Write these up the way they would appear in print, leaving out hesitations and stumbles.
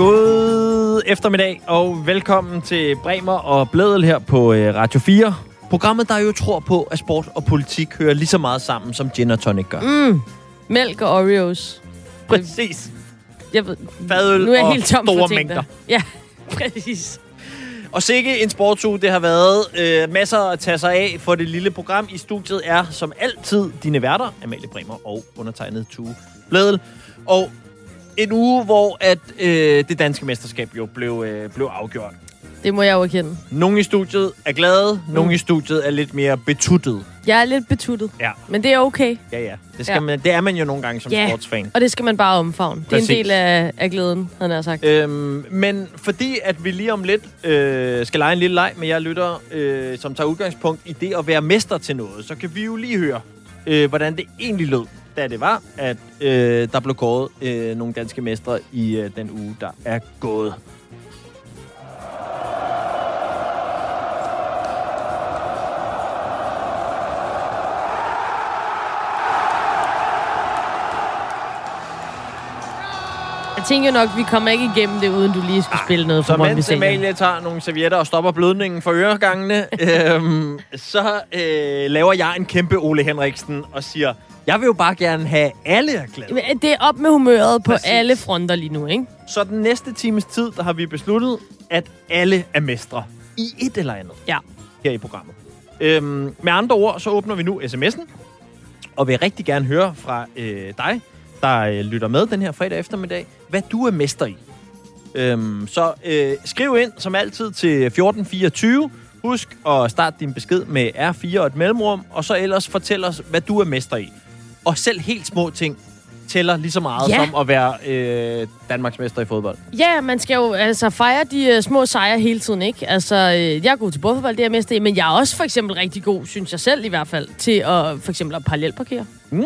God eftermiddag, og velkommen til Bremer og Blædel her på Radio 4. Programmet, der jo tror på, at sport og politik hører lige så meget sammen, som gin og tonic gør. Mælk og Oreos. Præcis. Jeg ved, Fadøl nu er jeg og helt tom store for ting mængder. Der. Ja, præcis. Og sikke en sportsuge, det har været. Masser at tage sig af for det lille program. I studiet er som altid dine værter, Amalie Bremer og undertegnet Tue Blædel. Og en uge, hvor at det danske mesterskab jo blev afgjort. Det må jeg jo erkende. Nogle i studiet er glade, nogle i studiet er lidt mere betuttet. Jeg er lidt betuttet, Ja. men det er okay. Ja. Det er man jo nogle gange som sportsfan. Og det skal man bare omfavne. Det er en Præcis. del af glæden, havde jeg sagt. Men fordi at vi lige om lidt skal lege en lille leg med jer lyttere, som tager udgangspunkt i det at være mester til noget, så kan vi jo lige høre, hvordan det egentlig lød, da det var, at der blev kåret nogle danske mestre i den uge, der er gået. Jeg tænker jo nok, vi kommer ikke igennem det, uden du lige skulle spille noget for Så mens Amalie tager nogle servietter og stopper blødningen for øregangene, så laver jeg en kæmpe Ole Henriksen og siger, jeg vil jo bare gerne have alle er glade. Det er op med humøret på Præcis. alle fronter lige nu, ikke? Så den næste times tid, der har vi besluttet, at alle er mestre i et eller andet her i programmet. Med andre ord, så åbner vi nu sms'en, og vil rigtig gerne høre fra dig, der lytter med den her fredag eftermiddag, hvad du er mester i. Så skriv ind, som altid, til 1424. Husk at starte din besked med R4 og et mellemrum, og så ellers fortæl os, hvad du er mester i. Og selv helt små ting tæller lige så meget som at være Danmarksmester i fodbold. Ja, man skal jo altså fejre de små sejre hele tiden, ikke? Altså, jeg er god til bordfodbold, det er jeg mester i, men jeg er også for eksempel rigtig god, synes jeg selv i hvert fald, til at for eksempel at parallelparkere.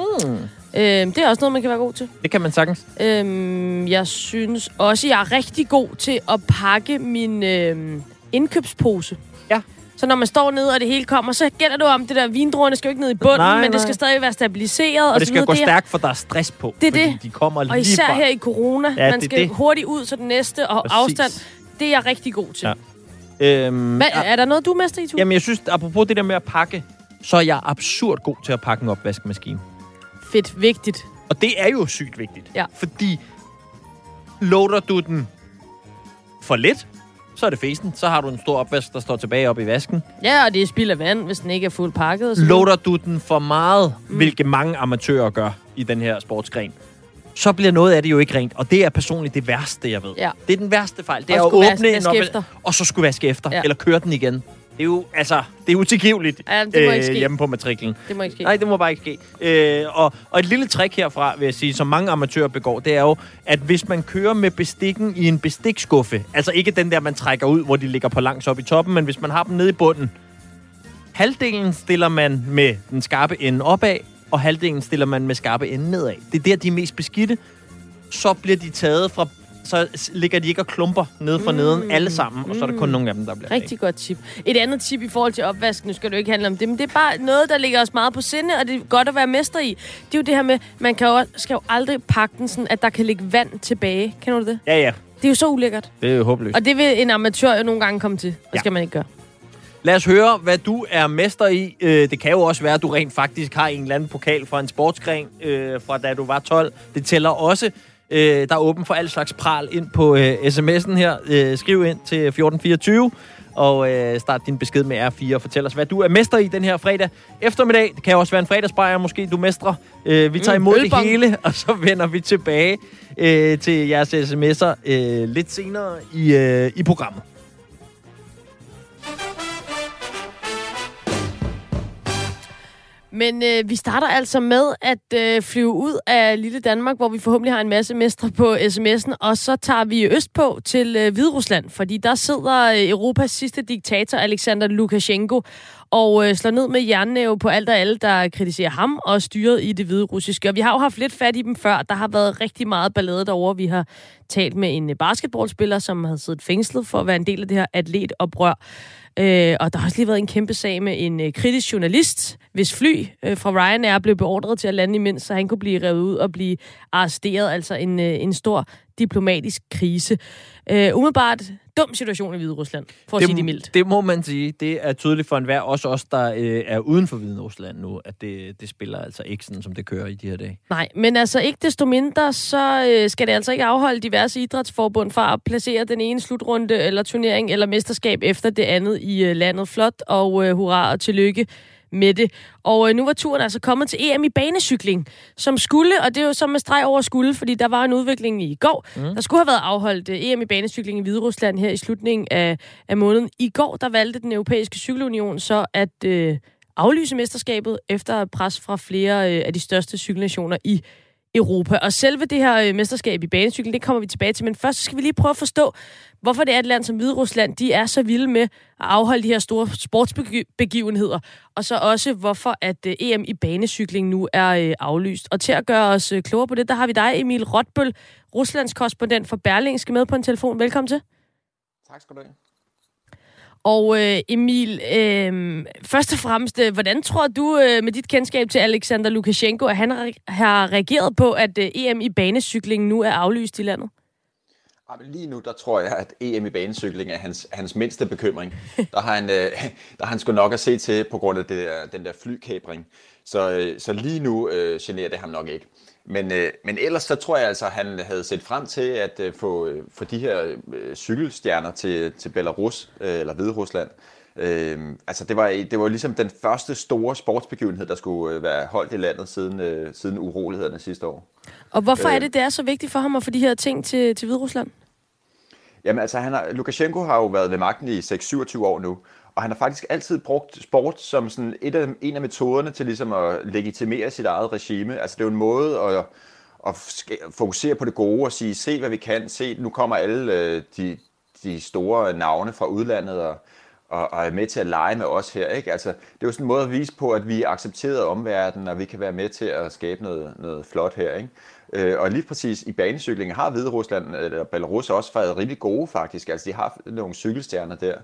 Det er også noget, man kan være god til. Det kan man sagtens. Jeg synes også, jeg er rigtig god til at pakke min indkøbspose. Ja. Så når man står nede, og det hele kommer, så gælder det om, det der vindruerne skal jo ikke ned i bunden, men det skal stadig være stabiliseret. Og det skal gå stærkt, for der er stress på. Det er det. De kommer lige og især fra. Her i corona, man skal hurtigt ud, så den næste og Præcis. afstand, det er jeg rigtig god til. Ja. Er der noget, du er mester i, Tue? Jamen, jeg synes, apropos det der med at pakke, så er jeg absurd god til at pakke en opvaskemaskine. Fedt, vigtigt. Og det er jo sygt vigtigt. Ja. Fordi loader du den for lidt, så er det festen. Så har du en stor opvask, der står tilbage op i vasken. Ja, og det er spild af vand, hvis den ikke er fuldt pakket. Loader du den for meget, hvilket mange amatører gør i den her sportsgren, så bliver noget af det jo ikke rent. Og det er personligt det værste, jeg ved. Ja. Det er den værste fejl. Det er og at åbne en efter. og så skulle vaske efter. Ja. Eller køre den igen. Det er jo, det er utilgiveligt hjemme på matriklen. Det må ikke ske. Nej, det må bare ikke ske. Og et lille trick herfra, vil jeg sige, som mange amatører begår, det er jo, at hvis man kører med bestikken i en bestikskuffe, altså ikke den der, man trækker ud, hvor de ligger på langs op i toppen, men hvis man har dem nede i bunden, halvdelen stiller man med den skarpe ende opad, og halvdelen stiller man med skarpe ende nedad. Det er der, de er mest beskidte. Så bliver de taget fra... Så ligger de ikke og klumper nede fra neden alle sammen, og så er der kun nogle af dem, der bliver rigtig godt tip. Et andet tip i forhold til opvasken, nu skal det jo ikke handle om det, men det er bare noget, der ligger os meget på sinde, og det er godt at være mester i. Det er jo det her med, man skal jo aldrig pakke den sådan, at der kan ligge vand tilbage. Kender du det? Ja. Det er jo så ulækkert. Det er jo håbløst. Og det vil en amatør jo nogle gange komme til. Det skal man ikke gøre. Lad os høre, hvad du er mester i. Det kan jo også være, at du rent faktisk har en eller anden pokal fra en sportsgren, fra da du var 12. Det tæller også. Der er åben for al slags pral ind på sms'en her. Skriv ind til 1424 og start din besked med R4 og fortæl os, hvad du er mester i den her fredag eftermiddag. Det kan også være en fredagsbajer, måske du mestrer. Vi tager imod det hele, og så vender vi tilbage til jeres sms'er lidt senere i programmet. Men vi starter altså med at flyve ud af lille Danmark, hvor vi forhåbentlig har en masse mestre på sms'en, og så tager vi østpå til Hviderusland, fordi der sidder Europas sidste diktator, Alexander Lukashenko, og slår ned med jernnæve på alt og alle, der kritiserer ham og styret i det hviderussiske. Og vi har jo haft lidt fat i dem før. Der har været rigtig meget ballade derovre. Vi har talt med en basketballspiller, som havde siddet fængslet for at være en del af det her atletoprør. Og der har også lige været en kæmpe sag med en kritisk journalist, hvis fly fra Ryanair blev beordret til at lande imens, så han kunne blive revet ud og blive arresteret. Altså en stor diplomatisk krise. Umiddelbart dum situation i Hviderusland, for at sige det mildt. Det må man sige. Det er tydeligt for enhver, også os, der er uden for Hviderusland nu, at det spiller altså ikke sådan, som det kører i de her dage. Nej, men altså ikke desto mindre, så skal det altså ikke afholde diverse idrætsforbund fra at placere den ene slutrunde, eller turnering, eller mesterskab efter det andet i landet. Flot, og hurra og tillykke med det. Og nu var turen altså kommet til EM i banecykling, som skulle, og det er jo som med streg over skulle, fordi der var en udvikling i går. Der skulle have været afholdt EM i banecykling i Hviderusland her i slutningen af måneden. I går, der valgte den europæiske cykelunion så at aflyse mesterskabet efter pres fra flere af de største cykelnationer i Europa. Og selve det her mesterskab i banecykling, det kommer vi tilbage til. Men først skal vi lige prøve at forstå, hvorfor det er et land som Hviderusland, de er så vilde med at afholde de her store sportsbegivenheder. Og så også, hvorfor at EM i banecykling nu er aflyst. Og til at gøre os klogere på det, der har vi dig, Emil Rotbøl, Ruslands korrespondent for Berlingske, med på en telefon. Velkommen til. Tak skal du have. Og Emil, først og fremmest, hvordan tror du med dit kendskab til Alexander Lukashenko, at han har reageret på, at EM i banecykling nu er aflyst i landet? Lige nu, der tror jeg, at EM i banecykling er hans mindste bekymring. Der har han sgu nok at se til på grund af den der flykæbring. Så lige nu generer det ham nok ikke. Men ellers så tror jeg altså, at han havde set frem til at få de her cykelstjerner til Belarus eller Hviderusland. Altså det var ligesom den første store sportsbegivenhed, der skulle være holdt i landet siden urolighederne sidste år. Og hvorfor er det er så vigtigt for ham at få de her ting til Hviderusland? Jamen altså, Lukashenko har jo været ved magten i 6-27 år nu, og han har faktisk altid brugt sport som sådan en af metoderne til ligesom at legitimere sit eget regime. Altså det er jo en måde at fokusere på det gode og sige, se hvad vi kan, se nu kommer alle de store navne fra udlandet og er med til at lege med os her, ikke? Altså, det er jo sådan en måde at vise på, at vi er accepteret af omverdenen, og vi kan være med til at skabe noget flot her, ikke? Og lige præcis i banecykling har Hviderusland eller Belarus også været rigtig gode faktisk. Altså, de har nogle cykelstjerner der.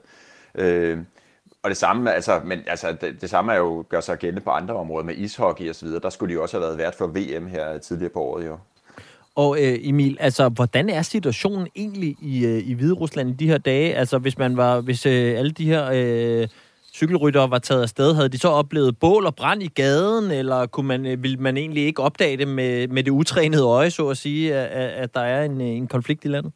Og det samme, det samme er jo gør sig gældende på andre områder med ishockey og så videre. Der skulle de jo også have været vært for VM her tidligere på året, jo. Og Emil, altså, hvordan er situationen egentlig i Hviderusland i de her dage? Altså, hvis alle de her cykelryttere var taget afsted, havde de så oplevet bål og brand i gaden, eller ville man egentlig ikke opdage det med det utrænede øje, så at sige, at der er en konflikt i landet?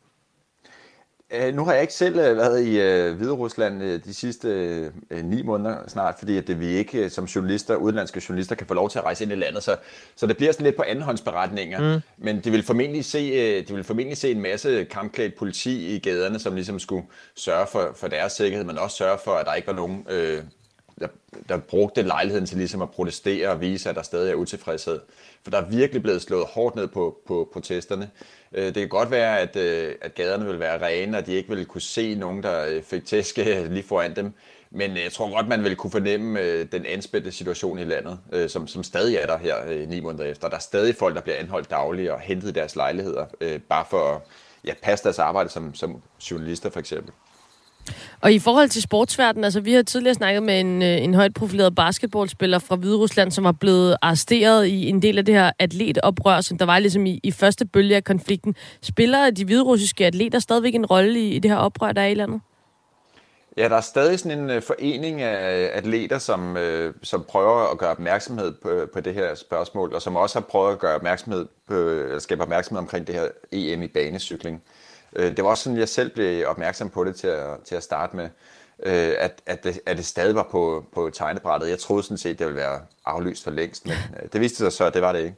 Nu har jeg ikke selv været i Hviderusland de sidste 9 måneder snart, fordi at vi ikke som journalister, udenlandske journalister, kan få lov til at rejse ind i landet. Så det bliver sådan lidt på andenhåndsberetninger. Men de vil formentlig se en masse kampklædt politi i gaderne, som ligesom skulle sørge for deres sikkerhed, men også sørge for, at der ikke var nogen, der brugte lejligheden til ligesom at protestere og vise, at der stadig er utilfredshed. For der er virkelig blevet slået hårdt ned på protesterne. Det kan godt være, at gaderne vil være rene, og de ikke vil kunne se nogen, der fik tæske lige foran dem. Men jeg tror godt, man vil kunne fornemme den anspændte situation i landet, som stadig er der her 9 måneder efter. Der er stadig folk, der bliver anholdt dagligt og hentet i deres lejligheder, bare for at passe deres arbejde som journalister for eksempel. Og i forhold til sportsverdenen, altså vi har tidligere snakket med en højt profileret basketballspiller fra Hviderusland, som var blevet arresteret i en del af det her atletoprør, som der var ligesom i første bølge af konflikten. Spiller de hviderussiske atleter stadigvæk en rolle i det her oprør, der er i landet? Ja, der er stadig sådan en forening af atleter, som prøver at gøre opmærksomhed på det her spørgsmål, og som også har prøvet at skabe opmærksomhed omkring det her EM i banecykling. Det var også sådan, jeg selv blev opmærksom på det til at starte med, at det stadig var på tegnebrættet. Jeg troede sådan set, det ville være aflyst for længst, men det viste sig så, at det var det ikke.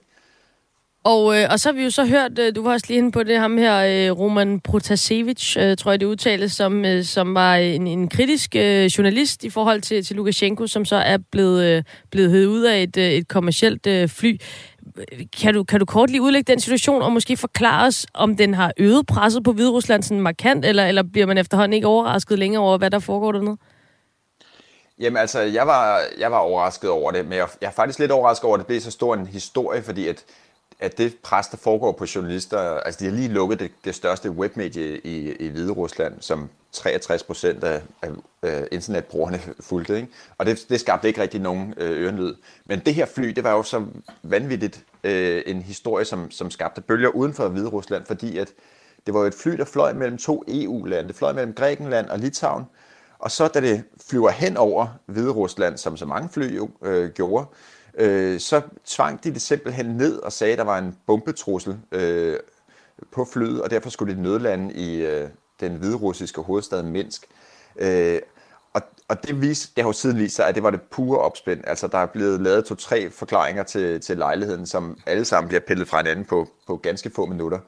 Og så har vi jo så hørt, du var også lige inde på det, ham her, Roman Protasevich, tror jeg det udtales, som var en kritisk journalist i forhold til Lukashenko, som så er blevet hævet ud af et kommercielt fly. Kan du kort lige udlægge den situation, og måske forklare os, om den har øget presset på Hviderusland sådan markant, eller bliver man efterhånden ikke overrasket længere over, hvad der foregår dernede? Jamen altså, jeg var overrasket over det, men jeg er faktisk lidt overrasket over, at det blev så stor en historie, fordi at at det pres, der foregår på journalister, altså de har lige lukket det største webmedie i Hvide Rusland, som 63% af internetbrugerne fulgte, ikke? Og det skabte ikke rigtig nogen ørenlyd. Men det her fly, det var jo så vanvittigt en historie, som skabte bølger uden for Hvide Rusland, fordi at det var jo et fly, der fløj mellem 2 EU-lande. Det fløj mellem Grækenland og Litauen. Og så da det flyver hen over Hvide Rusland, som så mange fly jo gjorde, så tvang de det simpelthen ned og sagde, at der var en bombetrussel på flyet, og derfor skulle de nødlande i den hviderussiske hovedstad Minsk. Og det har jo siden vist sig, at det var det pure opspind. Altså, der er blevet lavet 2-3 forklaringer til lejligheden, som alle sammen bliver pillet fra hinanden på ganske få minutter.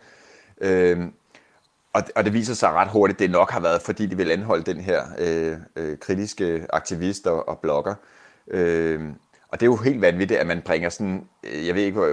Og det viser sig ret hurtigt, at det nok har været, fordi de vil anholde den her kritiske aktivist og blogger. Og det er jo helt vanvittigt, at man bringer sådan, jeg ved ikke,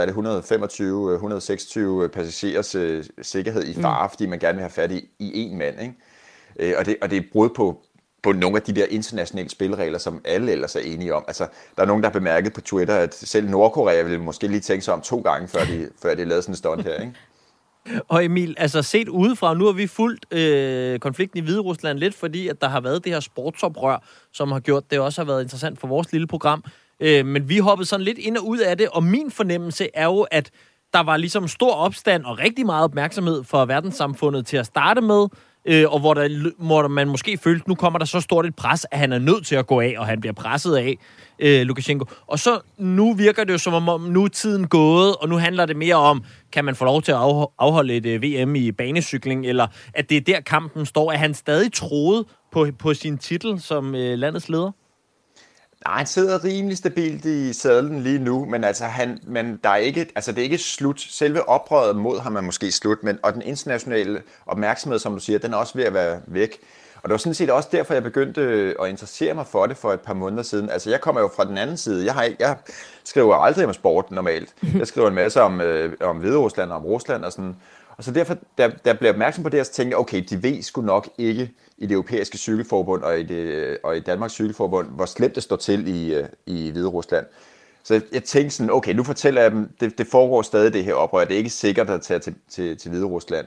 126 passagerers sikkerhed i fare, fordi man gerne vil have fat i en mand, ikke? Og det er brud på nogle af de der internationale spilleregler, som alle ellers er enige om. Altså, der er nogen, der har bemærket på Twitter, at selv Nordkorea ville måske lige tænke sig om 2 gange, før de lavede sådan en stunt her, ikke? Og Emil, altså set udefra, nu har vi fulgt konflikten i Hvide Rusland lidt, fordi at der har været det her sportsoprør, som har gjort det også har været interessant for vores lille program. Men vi hoppede sådan lidt ind og ud af det, og min fornemmelse er jo, at der var ligesom stor opstand og rigtig meget opmærksomhed for verdenssamfundet til at starte med, og hvor man måske følte, nu kommer der så stort et pres, at han er nødt til at gå af, og han bliver presset af, Lukashenko. Og så nu virker det jo som om, nu er tiden gået, og nu handler det mere om, kan man få lov til at afholde et VM i banecykling, eller at det er der kampen står. Er han stadig troet på sin titel som landets leder? Nej, han sidder rimelig stabilt i sadlen lige nu, men altså der er ikke, altså det er ikke slut. Selve oprøret mod ham er måske slut, og den internationale opmærksomhed, som du siger, den er også ved at være væk. Og det var sådan set også derfor, jeg begyndte at interessere mig for det for et par måneder siden. Altså jeg kommer jo fra den anden side. Jeg skriver aldrig om sport normalt. Jeg skriver en masse om Hviderusland og om Rusland og sådan. Og så derfor, der blev opmærksom på det, så tænkte jeg, okay, de ved sgu nok ikke i det europæiske cykelforbund og i Danmarks cykelforbund, hvor slemt det står til i Hviderusland. Så jeg tænkte sådan, okay, nu fortæller jeg dem, det foregår stadig det her oprør, det er ikke sikkert at tage til Hviderusland.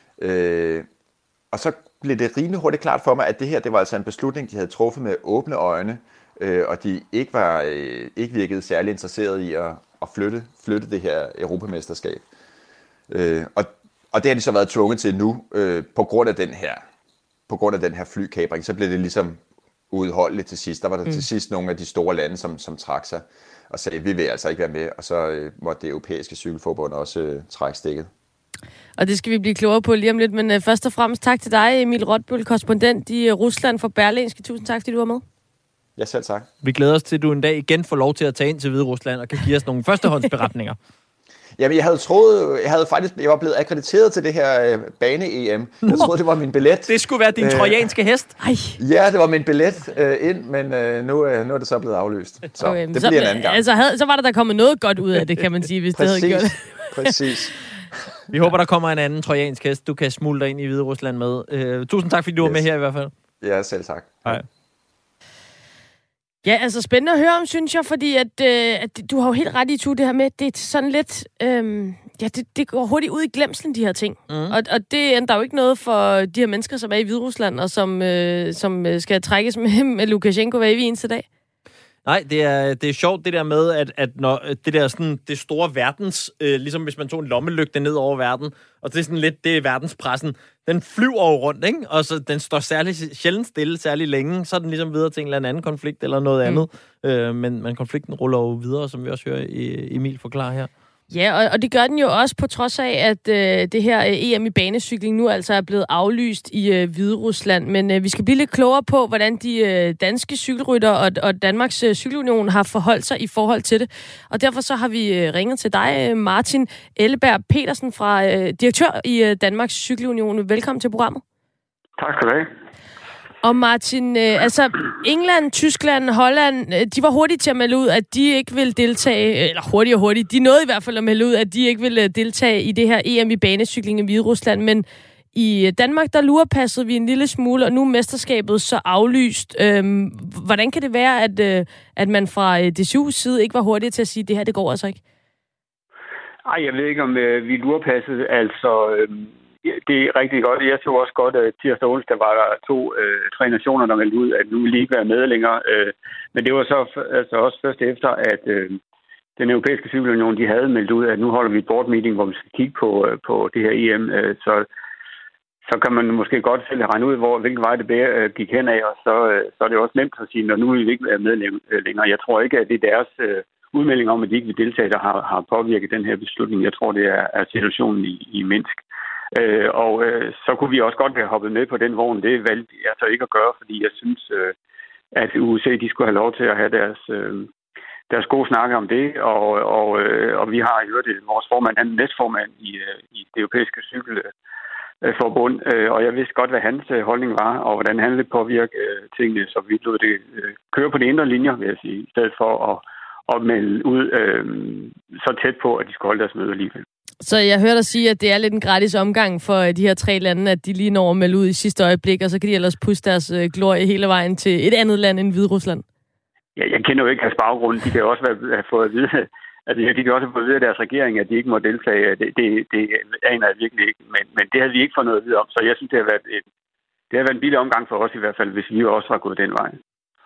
Og så blev det rimelig hurtigt klart for mig, at det her, det var altså en beslutning, de havde truffet med åbne øjne, og de ikke virkede særlig interesserede i at flytte det her europamesterskab. Og det har de så været tvunget til nu, på grund af den her flykapring. Så blev det ligesom uudholdeligt til sidst. Der var der til sidst nogle af de store lande, som trak sig og sagde, vi vil altså ikke være med. Og så måtte det europæiske cykelforbund også trække stikket. Og det skal vi blive klogere på lige om lidt. Men først og fremmest tak til dig, Emil Rotbøl, korrespondent i Rusland for Berlingske. Tusind tak, fordi du var med. Ja, selv tak. Vi glæder os til, at du en dag igen får lov til at tage ind til Hvide Rusland og kan give os nogle førstehåndsberetninger. Jamen, jeg var blevet akkrediteret til det her bane-EM. Jeg troede, det var min billet. Det skulle være din trojanske hest. Ej. Ja, det var min billet ind, men nu er det så blevet aflyst. Så okay, det bliver en anden gang. Altså, så var der kommet noget godt ud af det, kan man sige, hvis det havde gjort det. Præcis. Vi håber, der kommer en anden trojansk hest, du kan smuldre ind i Hvide Rusland med. Tusind tak, fordi du var med her i hvert fald. Ja, selv tak. Hej. Ja, altså spændende at høre om, synes jeg, fordi at du har jo helt ret i, det her med, det er sådan lidt, det går hurtigt ud i glemslen, de her ting. Og det ændrer jo ikke noget for de her mennesker, som er i Hviderusland, og som skal trækkes med Lukashenko hver evig eneste dag. Nej, det er sjovt det der med, at når det der sådan, det store verdens, ligesom hvis man tog en lommelygte ned over verden, og det er sådan lidt, det er verdenspressen, den flyver jo rundt, ikke? Og så den står sjældent stille, særlig længe, så er den ligesom videre til en eller anden konflikt eller noget andet. Men konflikten ruller jo videre, som vi også hører Emil forklare her. Ja, og det gør den jo også på trods af, at det her EM i banecykling nu altså er blevet aflyst i Hviderusland. Men vi skal blive lidt klogere på, hvordan de danske cykelrytter og Danmarks Cykelunion har forholdt sig i forhold til det. Og derfor så har vi ringet til dig, Martin Elleberg Petersen, direktør i Danmarks Cykelunion. Velkommen til programmet. Tak skal du have. Og Martin, altså England, Tyskland, Holland, de var hurtige til at melde ud, at de ikke vil deltage, eller hurtigt, de nåede i hvert fald at melde ud, at de ikke vil deltage i det her EM i banecykling i Hviderusland, men i Danmark, der lurpassede vi en lille smule, og nu er mesterskabet så aflyst. Hvordan kan det være, at man fra DCU's side ikke var hurtig til at sige, at det her, det går altså ikke? Ej, jeg ved ikke, om vi lurpassede. Altså, det er rigtig godt. Jeg så også godt, at tirsdag og onsdag var der 3 nationer, der meldte ud, at nu vil de ikke være med længere. Men det var så altså også først efter, at den europæiske cykelunion, de havde meldt ud, at nu holder vi et board meeting, hvor vi skal kigge på det her EM. Så kan man måske godt selv regne ud, hvilken vej det gik hen af, og så er det også nemt at sige, når nu vil vi ikke være med længere. Jeg tror ikke, at det er deres udmelding om, at de ikke vil deltage, der har påvirket den her beslutning. Jeg tror, det er situationen i Minsk. Så kunne vi også godt have hoppet med på den vogn. Det valgte jeg så ikke at gøre, fordi jeg synes, at USA de skulle have lov til at have deres gode snakke om det. Og vi har jo det vores formand, han er næstformand i det europæiske cykelforbund, og jeg vidste godt, hvad hans holdning var, og hvordan han ville påvirke tingene, så vi lod det køre på de indre linjer, vil jeg sige, i stedet for at melde ud så tæt på, at de skulle holde deres møde alligevel. Så jeg hørte dig sige, at det er lidt en gratis omgang for de her 3 lande, at de lige når at melde ud i sidste øjeblik, og så kan de ellers puste deres glorie hele vejen til et andet land end Hviderusland. Ja, jeg kender jo ikke hans baggrund. De kan også have fået at vide, de kan også have fået at vide af deres regering, at de ikke må deltage. Det aner jeg virkelig ikke, men det havde vi ikke fået noget at vide om. Så jeg synes, det har været en billig omgang for os i hvert fald, hvis vi også var gået den vej.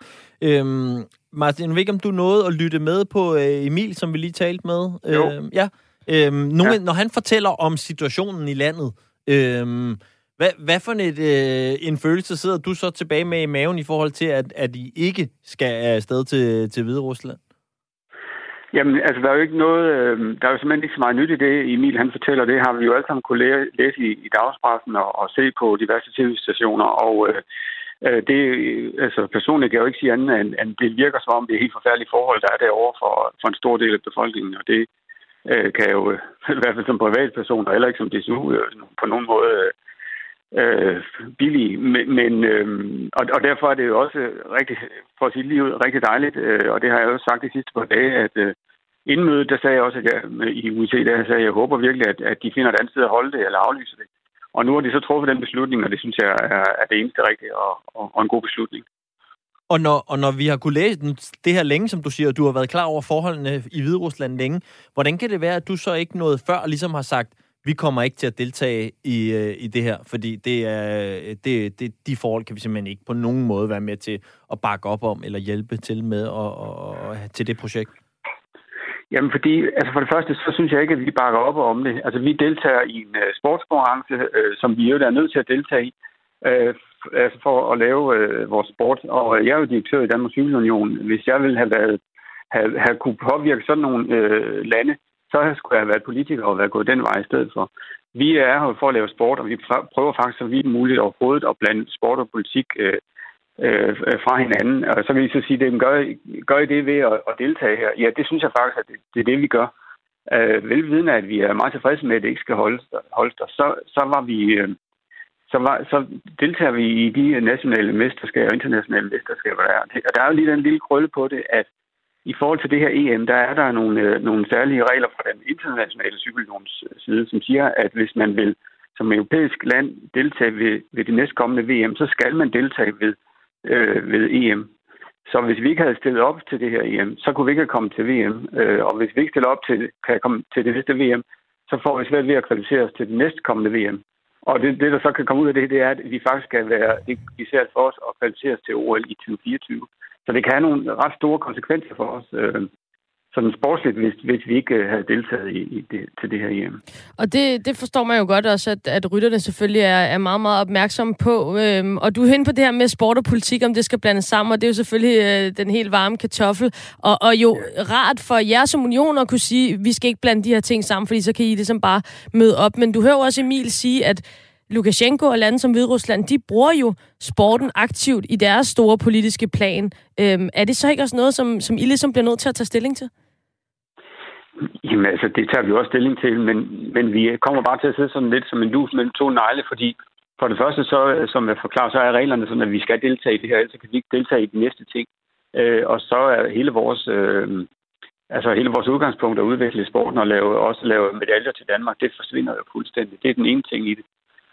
Martin, jeg ved ikke, om du nåede at lytte med på Emil, som vi lige talte med. Jo. Ja. Når han fortæller om situationen i landet, hvad for en følelse sidder du så tilbage med i maven i forhold til, at I ikke skal afsted til Hviderusland? Jamen, altså, der er jo ikke noget, der er jo simpelthen ikke så meget nyt i det. Emil, han fortæller, det har vi jo alle sammen kunne læse i dagspressen og se på diverse tv-stationer, og det, altså personligt kan jeg jo ikke sige andet, end det virker som om, det er helt forfærdelige forhold, der er derovre for en stor del af befolkningen, og det kan jo i hvert fald som privatperson, og heller ikke som DSU på nogen måde billige. Og derfor er det jo også rigtig, for at sige livet, rigtig dejligt, og det har jeg også sagt de sidste par dage, at inden mødet, der sagde jeg også, at i UIC, der sagde jeg håber virkelig, at de finder et andet sted at holde det, eller aflyse det. Og nu har de så truffet den beslutning, og det synes jeg er det eneste rigtige og en god beslutning. Og når vi har kunne læse det her længe, som du siger, du har været klar over forholdene i Hviderusland længe, hvordan kan det være, at du så ikke nåede før ligesom har sagt, vi kommer ikke til at deltage i det her, fordi de forhold kan vi simpelthen ikke på nogen måde være med til at bakke op om, eller hjælpe til med til det projekt? Jamen fordi, altså for det første, så synes jeg ikke, at vi bakker op om det. Altså vi deltager i en sportskonkurrence, som vi jo er nødt til at deltage i, altså for at lave vores sport. Og jeg er jo direktør i Danmarks Cykelunion. Hvis jeg ville have kunne påvirke sådan nogle lande, så skulle jeg have været politiker og være gået den vej i stedet for. Vi er her for at lave sport, og vi prøver faktisk så vidt muligt overhovedet at blande sport og politik fra hinanden. Og så vil jeg så sige, at gør I det ved at deltage her? Ja, det synes jeg faktisk, at det er det, vi gør. Velvidende, at vi er meget tilfredse med, at det ikke skal holdes der. Så deltager vi i de nationale mesterskaber og internationale mesterskaber, der er. Og der er jo lige den lille krølle på det, at i forhold til det her EM, der er der nogle særlige regler fra den internationale cykelunions side, som siger, at hvis man vil som europæisk land deltage ved det næstkommende VM, så skal man deltage ved EM. Så hvis vi ikke havde stillet op til det her EM, så kunne vi ikke komme til VM. Og hvis vi ikke stiller op kan komme til det næste VM, så får vi svært ved at kvalificere os til det næstkommende VM. Og det, der så kan komme ud af det er, at vi faktisk skal være, vi ser for os at kvalificere os til OL i 2024. Så det kan have nogle ret store konsekvenser for os, sådan sportsligt, hvis vi ikke havde deltaget til det her EM. Og det forstår man jo godt også, at rytterne selvfølgelig er meget, meget opmærksomme på. Og du er hen på det her med sport og politik, om det skal blandes sammen, og det er jo selvfølgelig den helt varme kartoffel. Og jo rart for jer som union at kunne sige, vi skal ikke blande de her ting sammen, fordi så kan I ligesom bare møde op. Men du hører også Emil sige, at Lukashenko og lande som Hviderusland, de bruger jo sporten aktivt i deres store politiske plan. Er det så ikke også noget, som I ligesom bliver nødt til at tage stilling til? Jamen altså, det tager vi også stilling til, men vi kommer bare til at sidde sådan lidt som en lus mellem 2 negle, fordi for det første, så, som jeg forklarer, så er reglerne sådan, at vi skal deltage i det her, ellers kan vi ikke deltage i de næste ting. Og så er hele vores udgangspunkt at udvikle sporten og lave medaljer til Danmark, det forsvinder jo fuldstændig. Det er den ene ting i det.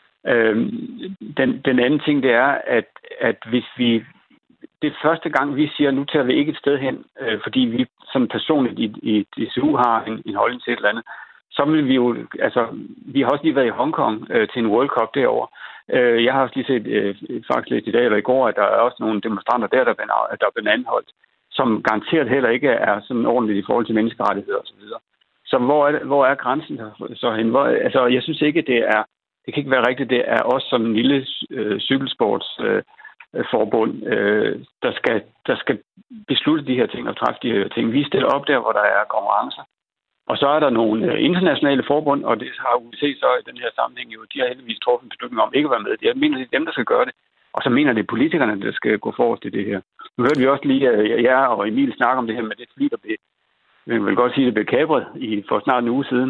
Den anden ting, det er, at hvis vi... Det er første gang, vi siger, nu tager vi ikke et sted hen, fordi vi som personligt i DSU har en holdning til et eller andet, så vil vi jo, altså, vi har også lige været i Hongkong til en World Cup derovre. Jeg har også lige set, faktisk lidt i dag eller i går, at der er også nogle demonstranter der er blevet anholdt, som garanteret heller ikke er sådan ordentligt i forhold til menneskerettigheder osv. Så hvor er grænsen så hen? Altså, jeg synes ikke, det kan ikke være rigtigt, det er også sådan en lille cykelsportsforbund, der skal beslutte de her ting og træffe de her ting. Vi stiller op der, hvor der er konkurrencer. Og så er der nogle internationale forbund, og det har UIC så i den her sammenhæng jo, de har heldigvis truffet en beslutning om ikke at være med. Jeg mener, det er dem, der skal gøre det. Og så mener det politikerne, der skal gå forrest i det her. Nu hørte vi også lige, at jeg og Emil snakke om det her med det fly, der blev, jeg vil godt sige, det blev kapret for snart en uge siden.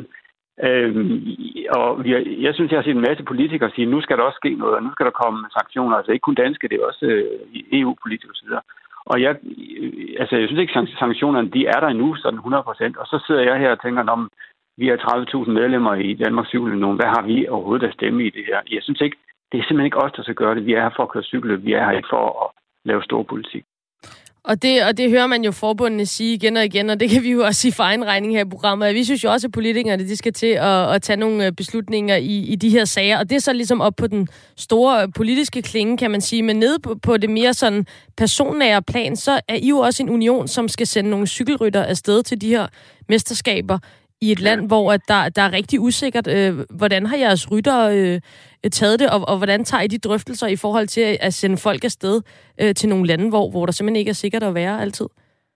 Og jeg synes, jeg har set en masse politikere sige, nu skal der også ske noget, og nu skal der komme sanktioner. Altså ikke kun danske, det er også EU-politikere osv. Og jeg synes ikke, sanktionerne de er der endnu, sådan 100%. Og så sidder jeg her og tænker, om vi er 30.000 medlemmer i Danmarks Cykelunion. Hvad har vi overhovedet at stemme i det her? Jeg synes ikke, det er simpelthen ikke os, der skal gøre det. Vi er her for at køre cykelløb. Vi er her ikke for at lave stor politik. Og det hører man jo forbundene sige igen og igen, og det kan vi jo også sige for egen regning her i programmet. Vi synes jo også, at politikerne de skal til at tage nogle beslutninger i de her sager, og det er så ligesom op på den store politiske klinge, kan man sige. Men nede på det mere sådan personnære plan, så er I jo også en union, som skal sende nogle cykelrytter afsted til de her mesterskaber i et land, hvor der er rigtig usikkert. Hvordan har jeres ryttere taget det, og hvordan tager I de drøftelser i forhold til at sende folk afsted til nogle lande, hvor der simpelthen ikke er sikkert at være altid?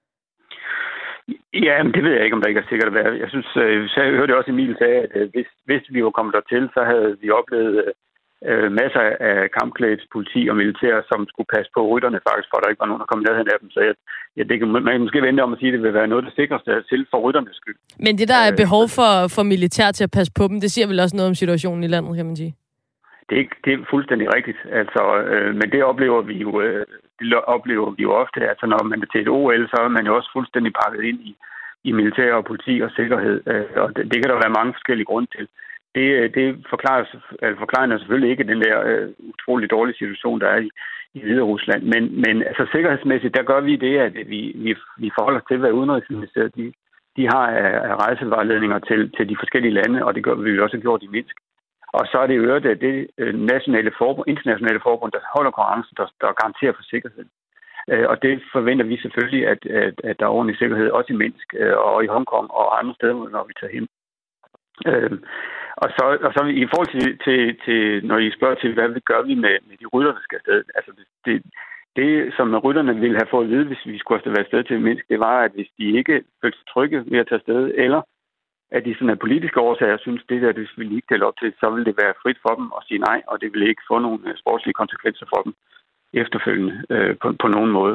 Ja, men det ved jeg ikke, om der ikke er sikkert at være. Jeg synes, jeg hørte også Emil sige, at hvis vi var kommet dertil, så havde vi oplevet masser af kampklædt politi og militær, som skulle passe på rytterne faktisk, for der ikke var nogen, der kom i nærheden af dem. Så man kan måske vente om at sige, at det vil være noget af det sikreste til for rytternes skyld. Men det, der er behov for militær til at passe på dem, det siger vel også noget om situationen i landet, kan man sige? Det er fuldstændig rigtigt. Altså, men det oplever vi jo ofte. Altså, når man er til et OL, så er man jo også fuldstændig pakket ind i militær og politi og sikkerhed. Og det kan der være mange forskellige grunde til. Det forklarer selvfølgelig ikke den der utrolig dårlige situation, der er i Hviderusland. Men altså sikkerhedsmæssigt, der gør vi det, at vi forholder til, hvad Udenrigsministeriet de har af rejsevejledninger til de forskellige lande, og det gør vi også gjort i Minsk. Og så er det jo det internationale forbund, der holder konkurrencen, der garanterer for sikkerheden. Og det forventer vi selvfølgelig, at der er ordentlig sikkerhed, også i Minsk og i Hongkong og andre steder, når vi tager hen. Og så i forhold til når I spørger til, hvad gør vi med de rytter, der skal afsted? Altså det, som rytterne ville have fået at vide, hvis vi skulle have været afsted til Minsk, det var, at hvis de ikke følte sig trygge ved at tage afsted, eller at de sådan af politiske årsager synes, det vil de ikke dele op til, så vil det være frit for dem at sige nej, og det vil ikke få nogle sportslige konsekvenser for dem efterfølgende på nogen måde.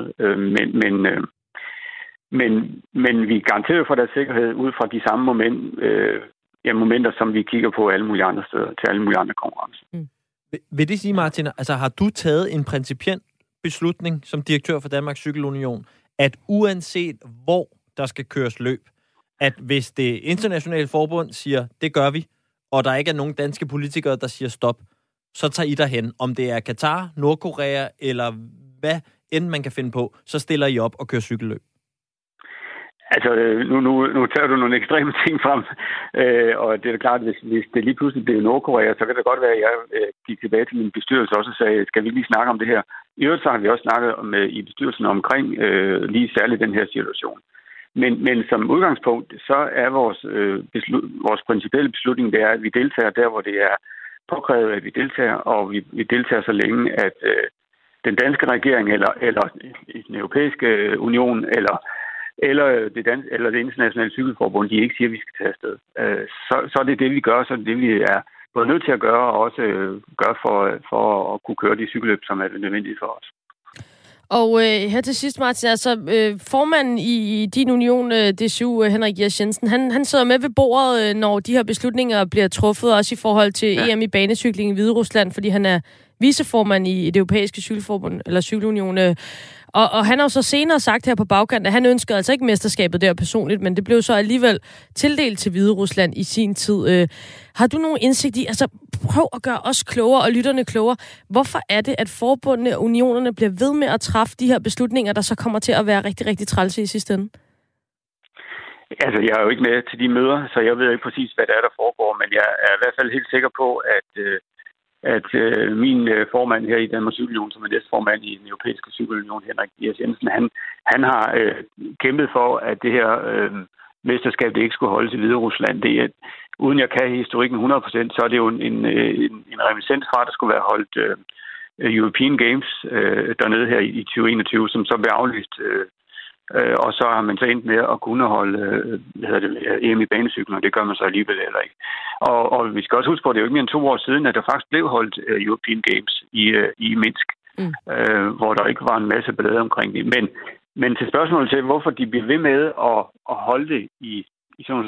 Men vi garanterer for deres sikkerhed ud fra de samme momenter, som vi kigger på alle mulige andre steder, til alle mulige andre konkurrencer. Vil det sige, Martin, altså har du taget en principiel beslutning som direktør for Danmarks Cykelunion, at uanset hvor der skal køres løb, at hvis det internationale forbund siger, det gør vi, og der ikke er nogen danske politikere, der siger stop, så tager I derhen. Om det er Katar, Nordkorea, eller hvad end man kan finde på, så stiller I op og kører cykelløb. Altså, nu tager du nogle ekstreme ting frem, og det er klart, at hvis det lige pludselig bliver Nordkorea, så kan det godt være, at jeg gik tilbage til min bestyrelse også og sagde, skal vi lige snakke om det her? I øvrigt så har vi også snakket i bestyrelsen omkring lige særligt den her situation. Men som udgangspunkt, så er vores principielle beslutning, det er, at vi deltager der, hvor det er påkrævet, at vi deltager, og vi deltager så længe, at den danske regering eller den europæiske union eller det internationale cykelforbund, de ikke siger, at vi skal tage afsted. Så er det det, vi gør, så er det det, vi er både nødt til at gøre, og også gøre for at kunne køre de cykelløb, som er nødvendige for os. Og her til sidst, Martin, altså formanden i din union, DSU, Henrik Jers Jensen, han sidder med ved bordet, når de her beslutninger bliver truffet, også i forhold til EM i banecykling i Hviderusland, fordi han er viceformand i det europæiske cykelforbund, eller cykelunion. Og han har jo så senere sagt her på bagkant, at han ønskede altså ikke mesterskabet der personligt, men det blev så alligevel tildelt til Hviderusland i sin tid. Har du nogen indsigt i, altså prøv at gøre os klogere og lytterne klogere. Hvorfor er det, at forbundene og unionerne bliver ved med at træffe de her beslutninger, der så kommer til at være rigtig, rigtig trælse i sidste ende? Altså, jeg er jo ikke med til de møder, så jeg ved ikke præcis, hvad der er, der foregår, men jeg er i hvert fald helt sikker på, at min formand her i Danmarks Cykelunion, som er næstformand i den europæiske cykelunion, Henrik Dias Jensen, han har kæmpet for, at det her mesterskab, det ikke skulle holdes i Hviderusland. Det er, uden jeg kan historikken 100%, så er det jo en reminiscens fra, der skulle være holdt European Games dernede her i 2021, som så blev aflyst. Og så har man så endt med at kunne holde EM i banecykling, og det gør man så alligevel heller ikke. Og vi skal også huske på, at det er jo ikke mere end 2 år siden, at der faktisk blev holdt European Games i Minsk, hvor der ikke var en masse ballade omkring det. Men til spørgsmålet til, hvorfor de bliver ved med at holde det i sådan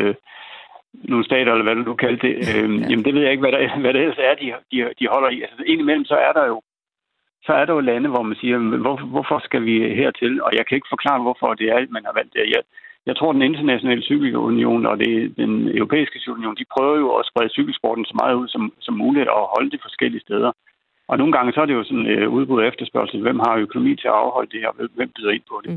nogle stater, eller hvad du kaldte det, jamen det ved jeg ikke, hvad det ellers er, de holder i. Altså indimellem så er der jo lande, hvor man siger, hvorfor skal vi hertil? Og jeg kan ikke forklare, hvorfor det er, man har valgt det. Jeg tror, den internationale cykelunion og den europæiske cykelunion, de prøver jo at sprede cykelsporten så meget ud som muligt og holde det forskellige steder. Og nogle gange så er det jo sådan udbud og efterspørgsel. Hvem har økonomi til at afholde det, og hvem byder ind på det?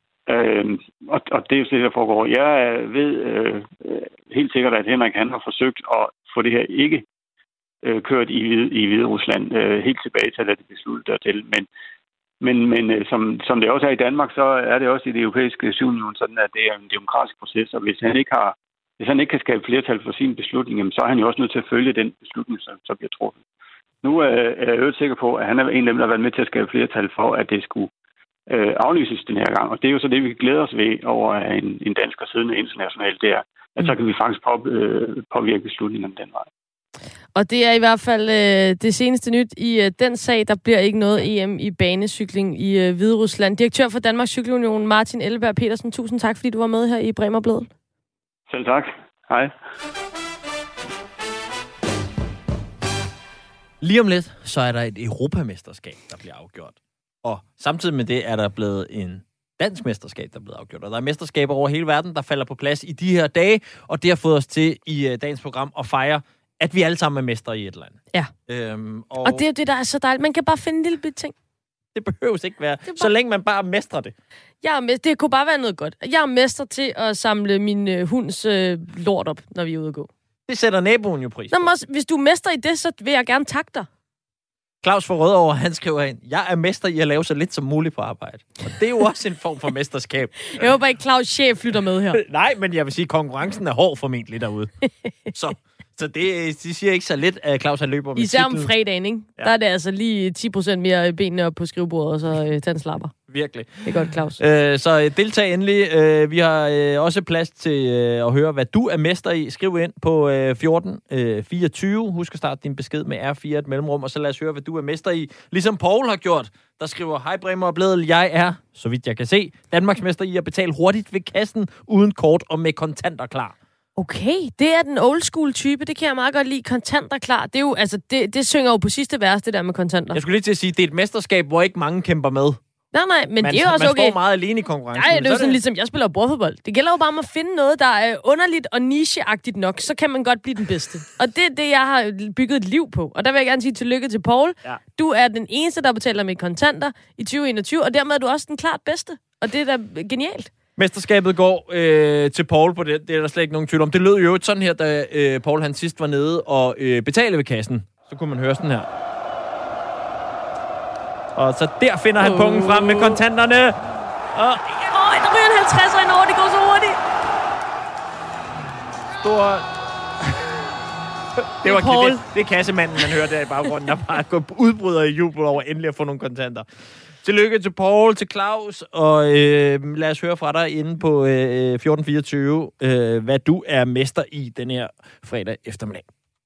Og det er jo det, der foregår. Jeg ved helt sikkert, at Henrik han har forsøgt at få det her ikke kørt i Hviderusland helt tilbage til, at det blev sluttet dertil. Men som det også er i Danmark, så er det også i det europæiske cykelunion sådan, at det er en demokratisk proces, og hvis han ikke kan skabe flertal for sin beslutning, så er han jo også nødt til at følge den beslutning, som bliver truffet. Nu er jeg jo sikker på, at han er en af dem, der har været med til at skabe flertal for, at det skulle aflyses den her gang. Og det er jo så det, vi glæder os ved over en dansker siddende internationalt, det er, at så kan vi faktisk påvirke beslutningerne den vej. Og det er i hvert fald det seneste nyt i den sag. Der bliver ikke noget EM i banecykling i Hviderusland. Direktør for Danmarks Cykelunion, Martin Elleberg Petersen. Tusind tak, fordi du var med her i Bremerbladet. Selv tak. Hej. Lige om lidt, så er der et europamesterskab, der bliver afgjort. Og samtidig med det er der blevet en dansk mesterskab, der er blevet afgjort. Og der er mesterskaber over hele verden, der falder på plads i de her dage. Og det har fået os til i dagens program at fejre, at vi alle sammen er mestre i et eller andet. Ja. Og det er det, der er så dejligt. Man kan bare finde en lille bit ting. Det behøves ikke være, så længe man bare mestrer det. Det kunne bare være noget godt. Jeg er mester til at samle min hunds lort op, når vi er ude at gå. Det sætter naboen jo pris på. Hvis du er mester i det, så vil jeg gerne takke dig. Claus fra Rødovre, han skriver ind, jeg er mester i at lave så lidt som muligt på arbejde. Og det er jo også en form for mesterskab. Jeg håber ikke, Claus' chef lytter med her. Nej, men jeg vil sige, at konkurrencen er hård formentlig derude. Så det siger ikke så lidt, at Claus han løber med især om fredagen, ikke? Ja. Der er det altså lige 10% mere benene op på skrivebordet, og så tage en slapper. Virkelig. Det er godt, Claus. Så deltag endelig. Vi har også plads til at høre, hvad du er mester i. Skriv ind på 1424. Husk at starte din besked med R4 et mellemrum, og så lad os høre, hvad du er mester i. Ligesom Paul har gjort, der skriver, hej Bremerbladet, jeg er, så vidt jeg kan se, Danmarksmester i at betale hurtigt ved kassen, uden kort og med kontanter klar. Okay, det er den old school type. Det kan jeg meget godt lide. Kontanter klar. Det er jo, altså, det synger jo på sidste vers, det der med kontanter. Jeg skulle lige til at sige, det er et mesterskab, hvor ikke mange kæmper med. Nej, men det er også okay. Man står meget alene i konkurrencen. Nej, det er jo sådan ligesom, jeg spiller bordfodbold. Det gælder jo bare om at finde noget, der er underligt og nicheagtigt nok, så kan man godt blive den bedste. Og det er det, jeg har bygget et liv på. Og der vil jeg gerne sige tillykke til Paul. Ja. Du er den eneste, der betaler med kontanter i 2021, og dermed er du også den klart bedste. Og det er da genialt. Mesterskabet går til Paul på det. Det er der slet ikke nogen tvivl om. Det lød jo sådan her, da Paul han sidst var nede og betalte ved kassen. Så kunne man høre sådan her. Og så der finder han pungen frem med kontanterne. Og der ryger en 50'er ind over. Det går så hurtigt. Stor... Det var Paul. Det er kassemanden, man hører der i baggrunden, der bare går udbryder i jubel over endelig at få nogle kontanter. Tillykke til Paul, til Claus, og lad os høre fra dig inde på 1424, hvad du er mester i den her fredag eftermiddag.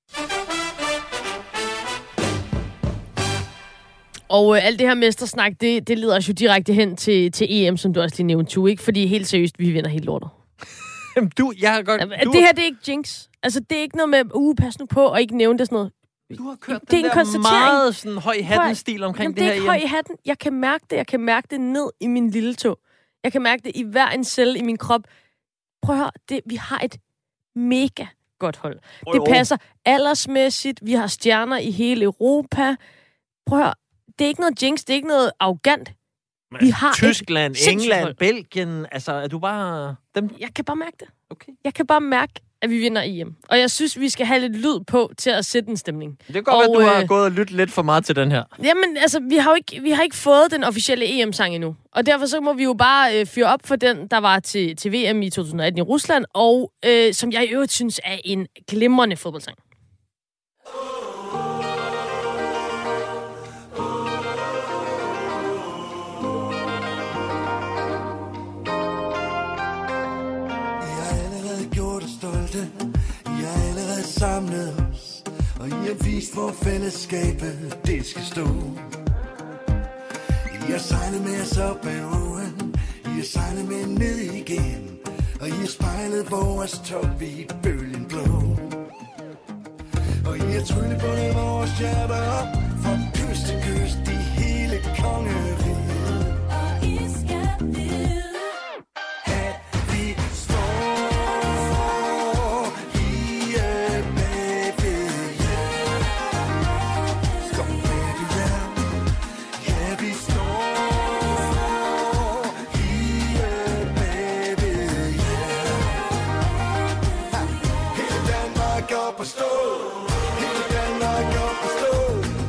Og alt det her mestersnak, det leder os jo direkte hen til EM, som du også lige nævnte, ikke? Fordi helt seriøst, vi vinder helt lortet. Jeg har godt... Det her, det er ikke jinx. Altså, det er ikke noget med, pas nu på, og ikke nævne det sådan noget. Du har kørt den der meget sådan høj i hatten-stil omkring det her. Det er ikke høj i hatten. Jeg kan mærke det. Jeg kan mærke det ned i min lille tå. Jeg kan mærke det i hver en celle i min krop. Prøv at høre, vi har et mega godt hold. Det passer aldersmæssigt. Vi har stjerner i hele Europa. Prøv at høre, det er ikke noget jinx. Det er ikke noget arrogant. Vi har Tyskland, England, Belgien, altså er du bare... Dem? Jeg kan bare mærke det. Okay. Jeg kan bare mærke, at vi vinder EM. Og jeg synes, vi skal have lidt lyd på til at sætte en stemning. Det kan godt være, at du har gået og lyttet lidt for meget til den her. Jamen, altså, vi har ikke fået den officielle EM-sang endnu. Og derfor så må vi jo bare fyre op for den, der var til VM i 2018 i Rusland, og som jeg i øvrigt synes er en glimrende fodboldsang. Samlet os, og I har vist, hvor fællesskabet det skal stå. I har sejlet med os op ad åen, I har sejlet med ned igen, og I har spejlet vores top i bølgen blå. Og I har tryllebundet vores hjerter op, fra kyst til kyst i hele kongeriget. Og I skal vide, at vi op og stå, hele Danmark op og stå.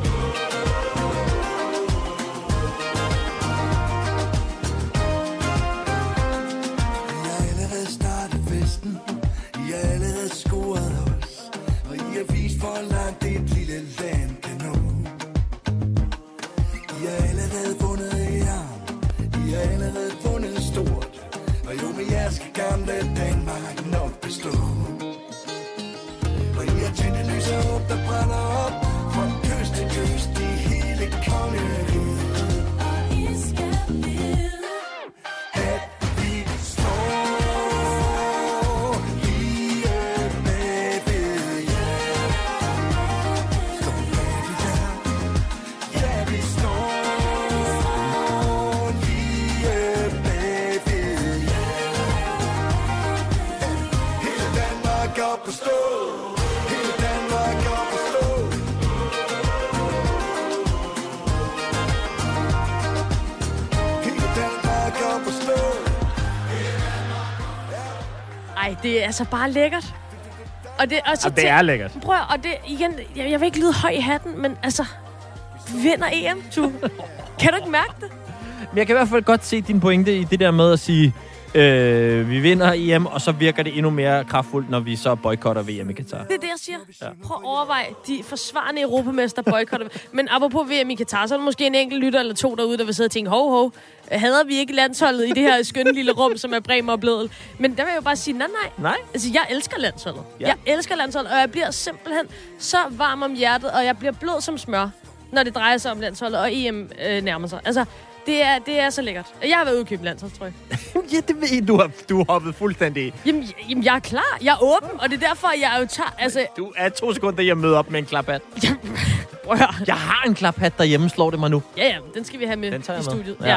I har allerede startet festen, I har allerede scoret os, og I har vist, hvor langt et lille land kan nå. I har allerede vundet i arm, I har allerede vundet stort, og jo med jer skal gamle Danmark nok bestå. Og I har tændt et lys op, der brænder op, fra kyst til kyst i hele kongeriget. Og I skal vide, at vi står lige bagved jer. Står bagved jer. Ja, vi står lige bagved jer. Hele Danmark op og stå. Ej, det er altså bare lækkert. Og det, det er lækkert. Prøv og det igen, jeg vil ikke lyde høj i hatten, men altså, vi vinder EM, du. Kan du ikke mærke det? Men jeg kan i hvert fald godt se din pointe i det der med at sige, vi vinder EM, og så virker det endnu mere kraftfuldt, når vi så boykotter VM i Katar. Det er det, jeg siger. Ja. Prøv at overveje, de forsvarende europamester boykotter. Men apropos VM i Katar, så er der måske en enkelt lytter eller to derude, der vil sidde og tænke, hov, hader vi ikke landsholdet i det her skønne lille rum, som er Bremer og Bledel? Men der vil jeg jo bare sige, nej. Altså, jeg elsker landsholdet. Ja. Jeg elsker landsholdet, og jeg bliver simpelthen så varm om hjertet, og jeg bliver blød som smør, når det drejer sig om landsholdet, og EM nærmer sig. Altså, det er så lækkert. Jeg har været ude og købe landshold, tror jeg. Ja, det ved du har hoppet fuldstændig i. Jamen, jeg er klar. Jeg er åben, og det er derfor, jeg er jo tager. Altså... Du er 2 sekunder, jeg møder op med en klaphat. Jeg har en klaphat derhjemme, slår det mig nu. Ja, den skal vi have med i studiet. Ja.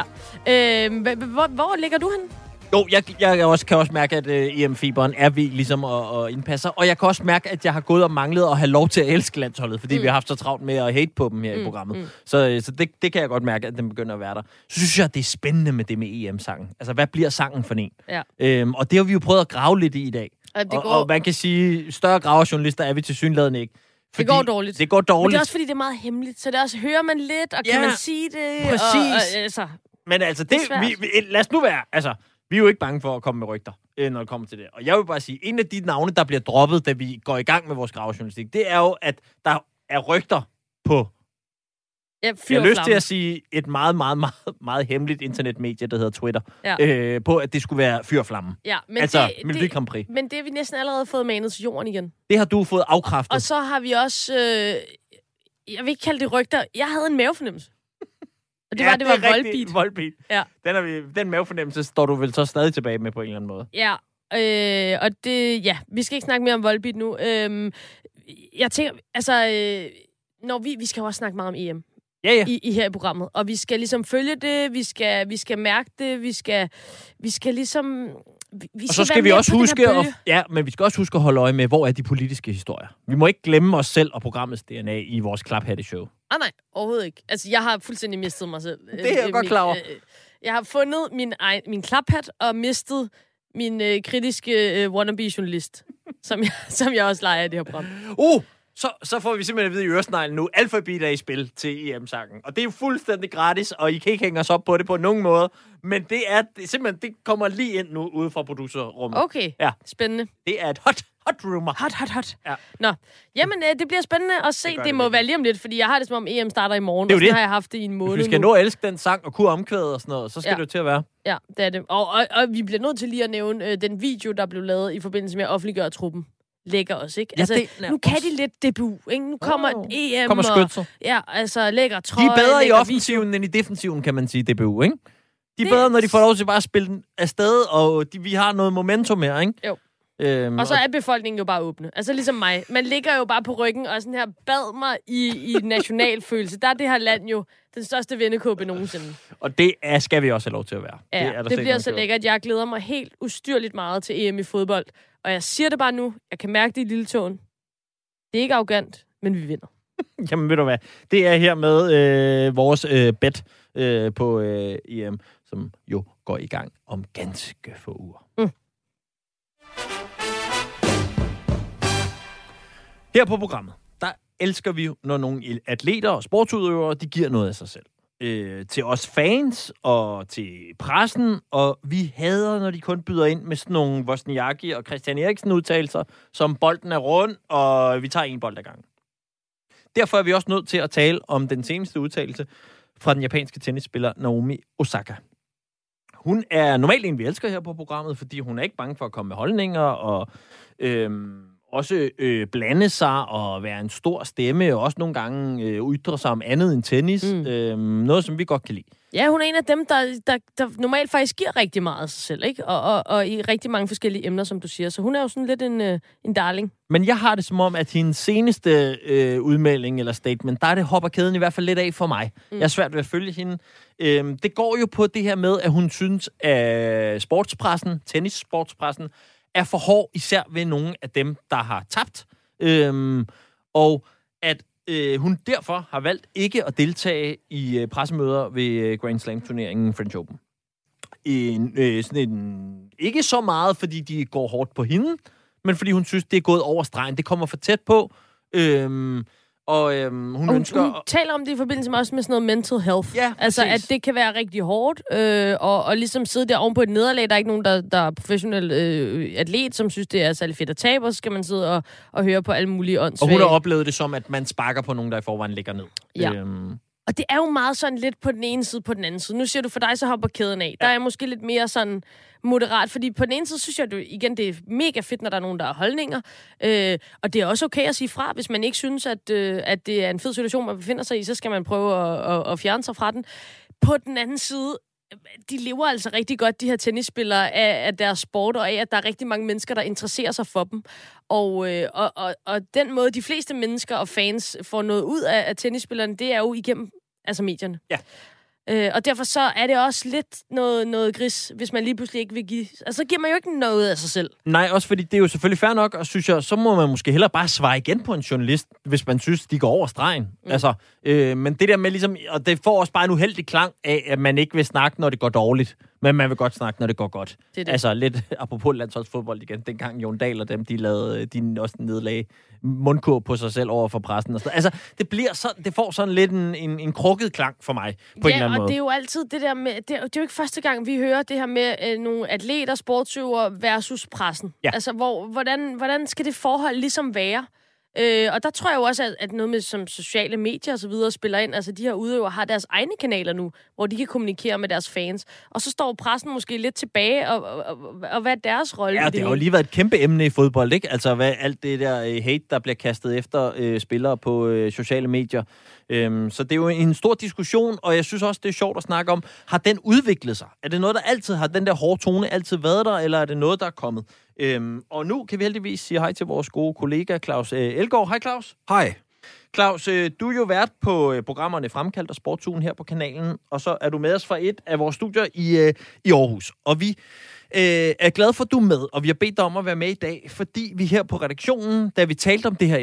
Hvor ligger du hen? Jo, jeg kan også mærke, at EM-fiberen er ved ligesom at indpasse. Og jeg kan også mærke, at jeg har gået og manglet at have lov til at elske landsholdet, fordi vi har haft så travlt med at hate på dem her i programmet. Så det kan jeg godt mærke, at den begynder at være der. Så synes jeg, at det er spændende med det med EM-sangen. Altså, hvad bliver sangen for en? Ja. Og det har vi jo prøvet at grave lidt i dag. Og man kan sige, større gravejournalister er vi tilsyneladende ikke. Det går dårligt. Det går dårligt. Men det er også, fordi det er meget hemmeligt. Så det også, hører man lidt, og kan man sige det? Præcis. Men altså, lad os nu være... Altså, vi er jo ikke bange for at komme med rygter, når det kommer til det. Og jeg vil bare sige, en af de navne, der bliver droppet, da vi går i gang med vores gravejournalistik, det er jo, at der er rygter på... Jeg har lyst til at sige et meget, meget, meget, meget hemmeligt internetmedie, der hedder Twitter, på, at det skulle være Fyr og Flamme. Ja, men altså, Melodi Grand Prix. Men det har vi næsten allerede fået manet til jorden igen. Det har du fået afkræftet. Og så har vi også... jeg vil ikke kalde det rygter. Jeg havde en mavefornemmelse. Og det var Volbeat. Ja. Den mavefornemmelse står du vel så stadig tilbage med på en eller anden måde. Ja, og det... Ja, vi skal ikke snakke mere om Volbeat nu. Jeg tænker... Altså, når vi skal jo også snakke meget om EM. Ja. I her i programmet. Og vi skal ligesom følge det, vi skal mærke det, vi skal ligesom... Og så skal vi også huske men vi skal også huske at holde øje med, hvor er de politiske historier. Vi må ikke glemme os selv og programmets DNA i vores klaphatte-show. Nej, overhovedet ikke. Altså, jeg har fuldstændig mistet mig selv. Det er jeg godt klar over. Jeg har fundet min klaphat og mistet min kritiske wannabe-journalist, som jeg også leger i det her program. Så får vi simpelthen at vide i Øresneglen nu, Alphabet er i spil til EM-sangen. Og det er jo fuldstændig gratis, og I kan ikke hænge os op på det på nogen måde. Men det er simpelthen, det kommer lige ind nu ude fra producerrummet. Okay, ja. Spændende. Det er et hot rumor. Hot. Ja. Nå, jamen det bliver spændende at se. Det må være lige om lidt, fordi jeg har det som om EM starter i morgen. Det er jo det. Har jeg haft det i en måned. Hvis vi skal nå at elske den sang og kunne omkvæde og sådan noget, så skal det jo til at være. Ja, det er det. Og vi bliver nødt til lige at nævne den video, der blev lavet i forbindelse med at offentliggøre truppen. Lækker også, ikke? Altså, nu kan de lidt debut, ikke? Nu kommer EM kommer skytset. Ja, altså lækker trøje. De er bedre i offensiven end i defensiven, kan man sige, DBU, ikke? De er bedre, når de får lov til bare at spille den afsted, og vi har noget momentum her, ikke? Jo. Og så er befolkningen jo bare åbne. Altså ligesom mig. Man ligger jo bare på ryggen og sådan her bad mig i nationalfølelse. Der er det her land jo den største vennekåbe nogensinde. Og det skal vi også have lov til at være. Ja, det bliver så lækkert. Jeg glæder mig helt ustyrligt meget til EM i fodbold. Og jeg siger det bare nu. Jeg kan mærke det i lille tåen. Det er ikke arrogant, men vi vinder. Jamen ved du hvad, det er her med vores bet på EM, som jo går i gang om ganske få uger. Her på programmet, der elsker vi jo, når nogle atleter og sportsudøvere, de giver noget af sig selv. Til os fans og til pressen, og vi hader, når de kun byder ind med sådan nogle Wozniacki og Christian Eriksen udtalelser, som bolden er rund, og vi tager en bold ad gangen. Derfor er vi også nødt til at tale om den seneste udtalelse fra den japanske tennisspiller Naomi Osaka. Hun er normalt en, vi elsker her på programmet, fordi hun er ikke bange for at komme med holdninger, og også blande sig og være en stor stemme, og også nogle gange ytre sig om andet end tennis. Noget, som vi godt kan lide. Ja, hun er en af dem, der normalt faktisk giver rigtig meget af sig selv, ikke? Og i rigtig mange forskellige emner, som du siger. Så hun er jo sådan lidt en darling. Men jeg har det som om, at hendes seneste udmelding eller statement, der er det hopper kæden i hvert fald lidt af for mig. Jeg er svært ved at følge hende. Det går jo på det her med, at hun synes, at sportspressen, tennissportspressen, er for hård, især ved nogle af dem, der har tabt. Og at hun derfor har valgt ikke at deltage i pressemøder ved Grand Slam-turneringen French Open. Ikke så meget, fordi de går hårdt på hende, men fordi hun synes, det er gået over stregen. Det kommer for tæt på. Hun taler om det i forbindelse med også med sådan noget mental health. Ja, altså, at det kan være rigtig hårdt, og ligesom sidde der oven på et nederlag. Der er ikke nogen, der er professionel atlet, som synes, det er særlig fedt at tabe, og så skal man sidde og høre på alle mulige åndssvage. Og hun har oplevet det som, at man sparker på nogen, der i forvejen ligger ned. Ja. Og det er jo meget sådan lidt på den ene side, på den anden side. Nu siger du, for dig så hopper kæden af. Der er måske lidt mere sådan moderat, fordi på den ene side synes jeg, igen, det er mega fedt, når der er nogen, der har holdninger. Og det er også okay at sige fra, hvis man ikke synes, at det er en fed situation, man befinder sig i, så skal man prøve at fjerne sig fra den. På den anden side, de lever altså rigtig godt, de her tennisspillere, af deres sport, og af, at der er rigtig mange mennesker, der interesserer sig for dem. Og den måde, de fleste mennesker og fans får noget ud af tennisspillerne, det er jo igennem medierne. Ja. Og derfor så er det også lidt noget gris, hvis man lige pludselig ikke vil give. Altså, så giver man jo ikke noget af sig selv. Nej, også fordi det er jo selvfølgelig fair nok, og synes jeg, så må man måske hellere bare svare igen på en journalist, hvis man synes, de går over stregen. Altså, men det der med ligesom, og det får også bare en uheldig klang af, at man ikke vil snakke, når det går dårligt, men man vil godt snakke, når det går godt. Det. Altså lidt apropos landsholdsfodbold igen, dengang Jon Dahl og dem, de også nedlagde mundkur på sig selv over for pressen og sådan. Altså, det får sådan lidt en krukket klang for mig, på en eller anden måde. Og det er jo altid det der med, det er jo ikke første gang, vi hører det her med nogle atleter, sportsøvere versus pressen. Ja. Altså, hvordan skal det forhold ligesom være? Og der tror jeg jo også, at noget med som sociale medier og så videre spiller ind. Altså, de her udøvere har deres egne kanaler nu, hvor de kan kommunikere med deres fans. Og så står pressen måske lidt tilbage, og hvad er deres rolle? Ja, det har jo lige været et kæmpe emne i fodbold, ikke? Altså, alt det der hate, der bliver kastet efter spillere på sociale medier. Så det er jo en stor diskussion, og jeg synes også, det er sjovt at snakke om, har den udviklet sig? Er det noget, der altid har den der hårde tone altid været der, eller er det noget, der er kommet? Og nu kan vi heldigvis sige hej til vores gode kollega, Claus Elgaard. Hej, Claus. Hej. Claus, du er jo vært på programmerne Fremkaldt og Sportsugen her på kanalen, og så er du med os fra et af vores studier i Aarhus. Og vi er glade for, at du er med, og vi har bedt dig om at være med i dag, fordi vi her på redaktionen, da vi talte om det her emne,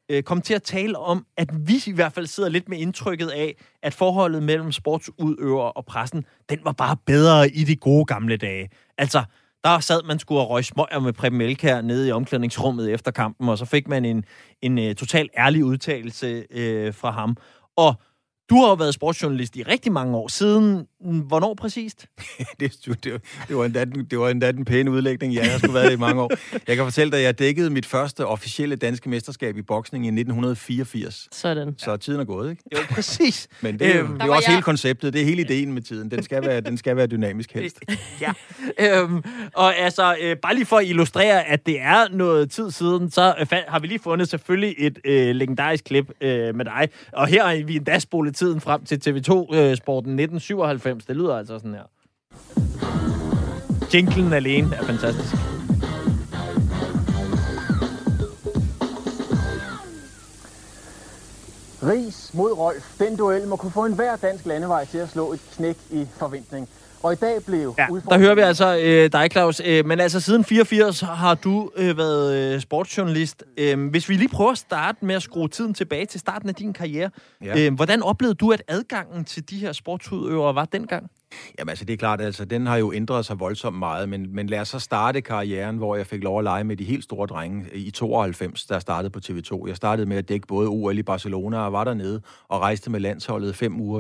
komme til at tale om, at vi i hvert fald sidder lidt med indtrykket af, at forholdet mellem sportsudøvere og pressen, den var bare bedre i de gode gamle dage. Altså, der sad man skulle røge smøger med Preben Elkjær nede i omklædningsrummet efter kampen, og så fik man en total ærlig udtalelse fra ham. Og du har jo været sportsjournalist i rigtig mange år. Siden hvornår præcist? det var endda den pæne udlægning. Ja, jeg har sgu været det i mange år. Jeg kan fortælle dig, at jeg dækkede mit første officielle danske mesterskab i boksning i 1984. Sådan. Så tiden er gået, ikke? Jo, præcis. Men det er jo også hele konceptet. Det er hele ideen med tiden. Den skal være dynamisk helst. Ja. Og altså, bare lige for at illustrere, at det er noget tid siden, så har vi lige fundet selvfølgelig et legendarisk klip med dig. Og her har vi endda spolet tiden frem til TV2-sporten 1997. Det lyder altså sådan her. Jinglen alene er fantastisk. Riis mod Rolf. Den duel må kunne få enhver dansk landevej til at slå et knæk i forventning. Og i dag blev der hører vi altså dig, Claus. Men altså siden 84 har du været sportsjournalist. Hvis vi lige prøver at starte med at skrue tiden tilbage til starten af din karriere. Ja. Hvordan oplevede du, at adgangen til de her sportsudøvere var dengang? Jamen altså, det er klart, altså, den har jo ændret sig voldsomt meget, men lad os så starte karrieren, hvor jeg fik lov at lege med de helt store drenge i 92, der startede på TV2. Jeg startede med at dække både OL i Barcelona og var dernede og rejste med landsholdet 5 uger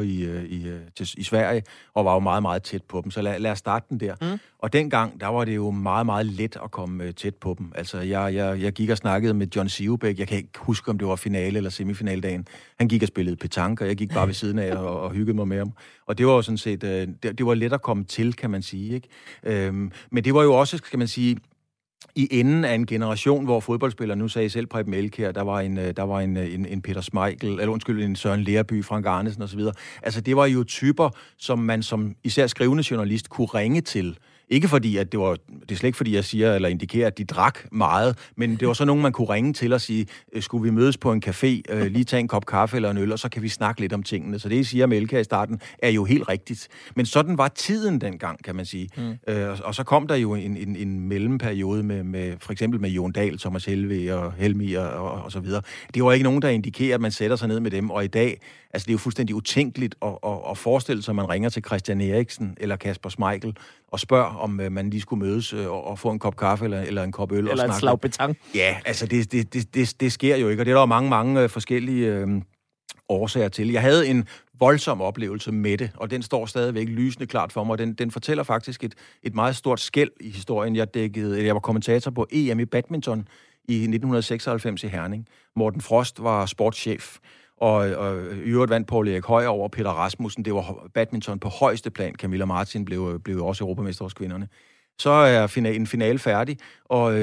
i Sverige og var jo meget, meget tæt på dem. Så lad os starte den der. Og dengang, der var det jo meget, meget let at komme tæt på dem. Altså, jeg gik og snakkede med John Sivebæk. Jeg kan ikke huske, om det var finale eller semifinaldagen. Han gik og spillede petanque, og jeg gik bare ved siden af og hyggede mig med ham. Og det var jo sådan set, det var let at komme til, kan man sige, ikke? Men det var jo også, skal man sige, i enden af en generation, hvor fodboldspillere, nu sagde jeg selv Preben Elkjær, der var en Peter Schmeichel, eller undskyld, en Søren Lerby, Frank Arnesen osv. Altså, det var jo typer, som man som især skrivende journalist kunne ringe til. Ikke fordi, at det er slet ikke fordi, jeg siger eller indikerer, at de drak meget, men det var så nogen, man kunne ringe til og sige, skulle vi mødes på en café, lige tage en kop kaffe eller en øl, og så kan vi snakke lidt om tingene. Så det, I siger med Elkjær i starten, er jo helt rigtigt. Men sådan var tiden dengang, kan man sige. Og så kom der jo en mellemperiode med for eksempel med Jon Dahl, Thomas Helveg og Helmi og så videre. Det var ikke nogen, der indikerer, at man sætter sig ned med dem, og i dag, altså det er jo fuldstændig utænkeligt at forestille sig, at man ringer til Christian Eriksen eller Kasper Schmeichel og spørger, om man lige skulle mødes og få en kop kaffe eller en kop øl. Eller et slag petanque. Ja, altså det sker jo ikke, og det er der mange forskellige årsager til. Jeg havde en voldsom oplevelse med det, og den står stadigvæk lysende klart for mig. Den fortæller faktisk et meget stort skel i historien. Jeg var kommentator på EM i badminton i 1996 i Herning. Morten Frost var sportschef. Og i øvrigt vandt Poul Erik Højer over Peter Rasmussen. Det var badminton på højeste plan. Camilla Martin blev også europamester hos kvinderne. Så er en finale færdig, og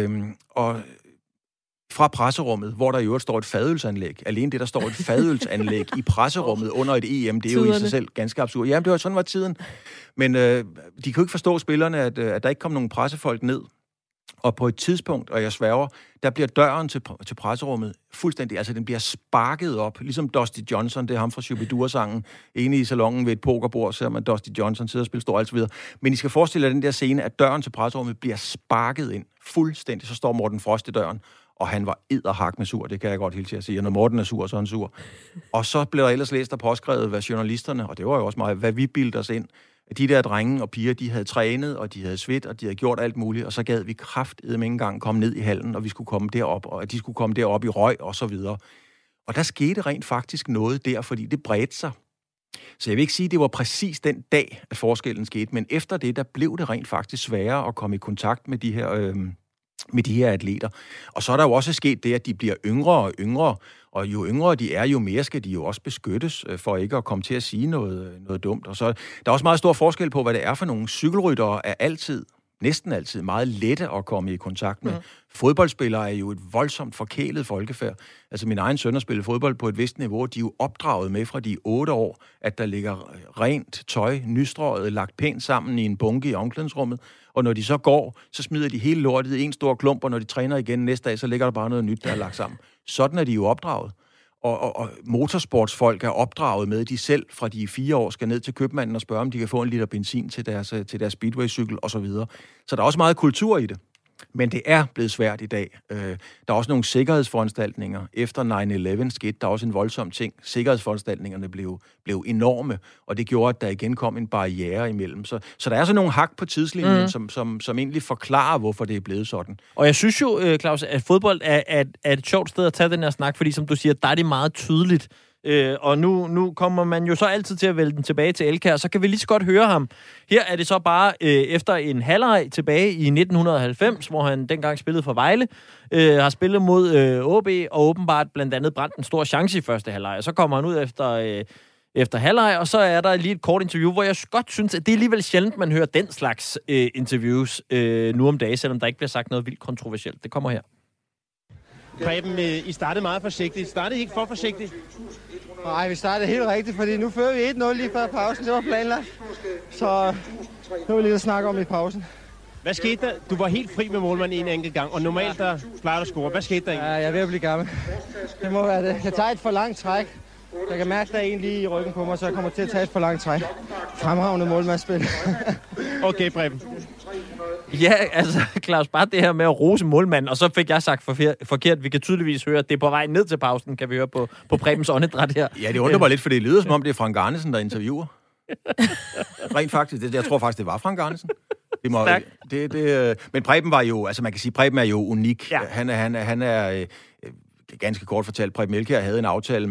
fra presserummet, hvor der i øvrigt står et fadølsanlæg. Alene det, der står et fadølsanlæg i presserummet under et EM, det er jo i sig selv ganske absurd. Jamen, det var sådan var tiden. Men de kunne ikke forstå spillerne, at der ikke kom nogen pressefolk ned. Og på et tidspunkt, og jeg sværger, der bliver døren til presserummet fuldstændig, altså den bliver sparket op, ligesom Dusty Johnson, det er ham fra Shubidua-sangen, inde i salongen ved et pokerbord, ser man Dusty Johnson sidder og spiller stor og alt så videre. Men I skal forestille jer den der scene, at døren til presserummet bliver sparket ind fuldstændig, så står Morten Frost i døren, og han var edderhak med sur, det kan jeg godt helt til at sige. Og når Morten er sur, så er han sur. Og så blev der ellers læst og påskrevet, hvad journalisterne, og det var jo også meget, hvad vi bildte os ind. De der drenge og piger, de havde trænet, og de havde svedt, og de havde gjort alt muligt, og så gad vi kraftedeme ikke engang komme ned i hallen, og vi skulle komme derop, og de skulle komme derop i røg, og så videre. Og der skete rent faktisk noget der, fordi det bredte sig. Så jeg vil ikke sige, at det var præcis den dag, at forskellen skete, men efter det, der blev det rent faktisk sværere at komme i kontakt med de her atleter. Og så er der jo også sket det, at de bliver yngre og yngre, og jo yngre de er, jo mere skal de jo også beskyttes, for ikke at komme til at sige noget dumt. Og så der er også meget stor forskel på, hvad det er for nogle cykelryttere er næsten altid meget lette at komme i kontakt med. Fodboldspillere er jo et voldsomt forkælet folkefærd. Altså min egen søn har spillet fodbold på et vist niveau, de er jo opdraget med fra de 8 år, at der ligger rent tøj, nystrøget, lagt pænt sammen i en bunke i omklædningsrummet, og når de så går, så smider de hele lortet i en stor klump, og når de træner igen næste dag, så ligger der bare noget nyt, der er lagt sammen. Sådan er de jo opdraget. Og motorsportsfolk er opdraget med, at de selv fra de 4 år skal ned til købmanden og spørge, om de kan få en liter benzin til deres speedway-cykel osv. Så der er også meget kultur i det. Men det er blevet svært i dag. Der er også nogle sikkerhedsforanstaltninger. Efter 9/11 skete der også en voldsom ting. Sikkerhedsforanstaltningerne blev enorme, og det gjorde, at der igen kom en barriere imellem. Så der er så nogle hak på tidslinjen, som egentlig forklarer, hvorfor det er blevet sådan. Og jeg synes jo, Claus, at fodbold er et sjovt sted at tage den her snak, fordi som du siger, der er det meget tydeligt. Og nu kommer man jo så altid til at vælge den tilbage til Elkjær, så kan vi lige så godt høre ham. Her er det så bare efter en halvleg tilbage i 1990, hvor han dengang spillede for Vejle, har spillet mod OB, og åbenbart blandt andet brændt en stor chance i første halvleg. Og så kommer han ud efter halvleg, og så er der lige et kort interview, hvor jeg godt synes, at det er alligevel sjældent, man hører den slags interviews nu om dagen, selvom der ikke bliver sagt noget vildt kontroversielt. Det kommer her. Preben, I startede meget forsigtigt. Startede I ikke for forsigtigt? Nej, vi startede helt rigtigt, fordi nu fører vi 1-0 lige før pausen. Det var planlagt. Så nu er vi lige at snakke om i pausen. Hvad skete der? Du var helt fri med målmanden en enkelt gang, og normalt der plejer du at score. Hvad skete der egentlig? Ja, jeg er ved at blive gammel. Det må være det. Jeg tager et for langt træk. Jeg kan mærke, at der er en lige i ryggen på mig, så jeg kommer til at tage et for langt træk. Fremragende målmandsspil. Okay, Preben. Ja, altså, Claus, bare det her med at rose målmanden, og så fik jeg sagt forkert. Vi kan tydeligvis høre, at det er på vej ned til pausen, kan vi høre på Prebens åndedræt her. Ja, det undrer mig lidt, for det lyder som om, det er Frank Arnesen, der interviewer. Rent faktisk. Jeg tror faktisk, det var Frank Arnesen. Men Preben var jo, altså man kan sige, Preben er jo unik. Ja. Han er ganske kort fortalt, Preben Elkjær havde en aftale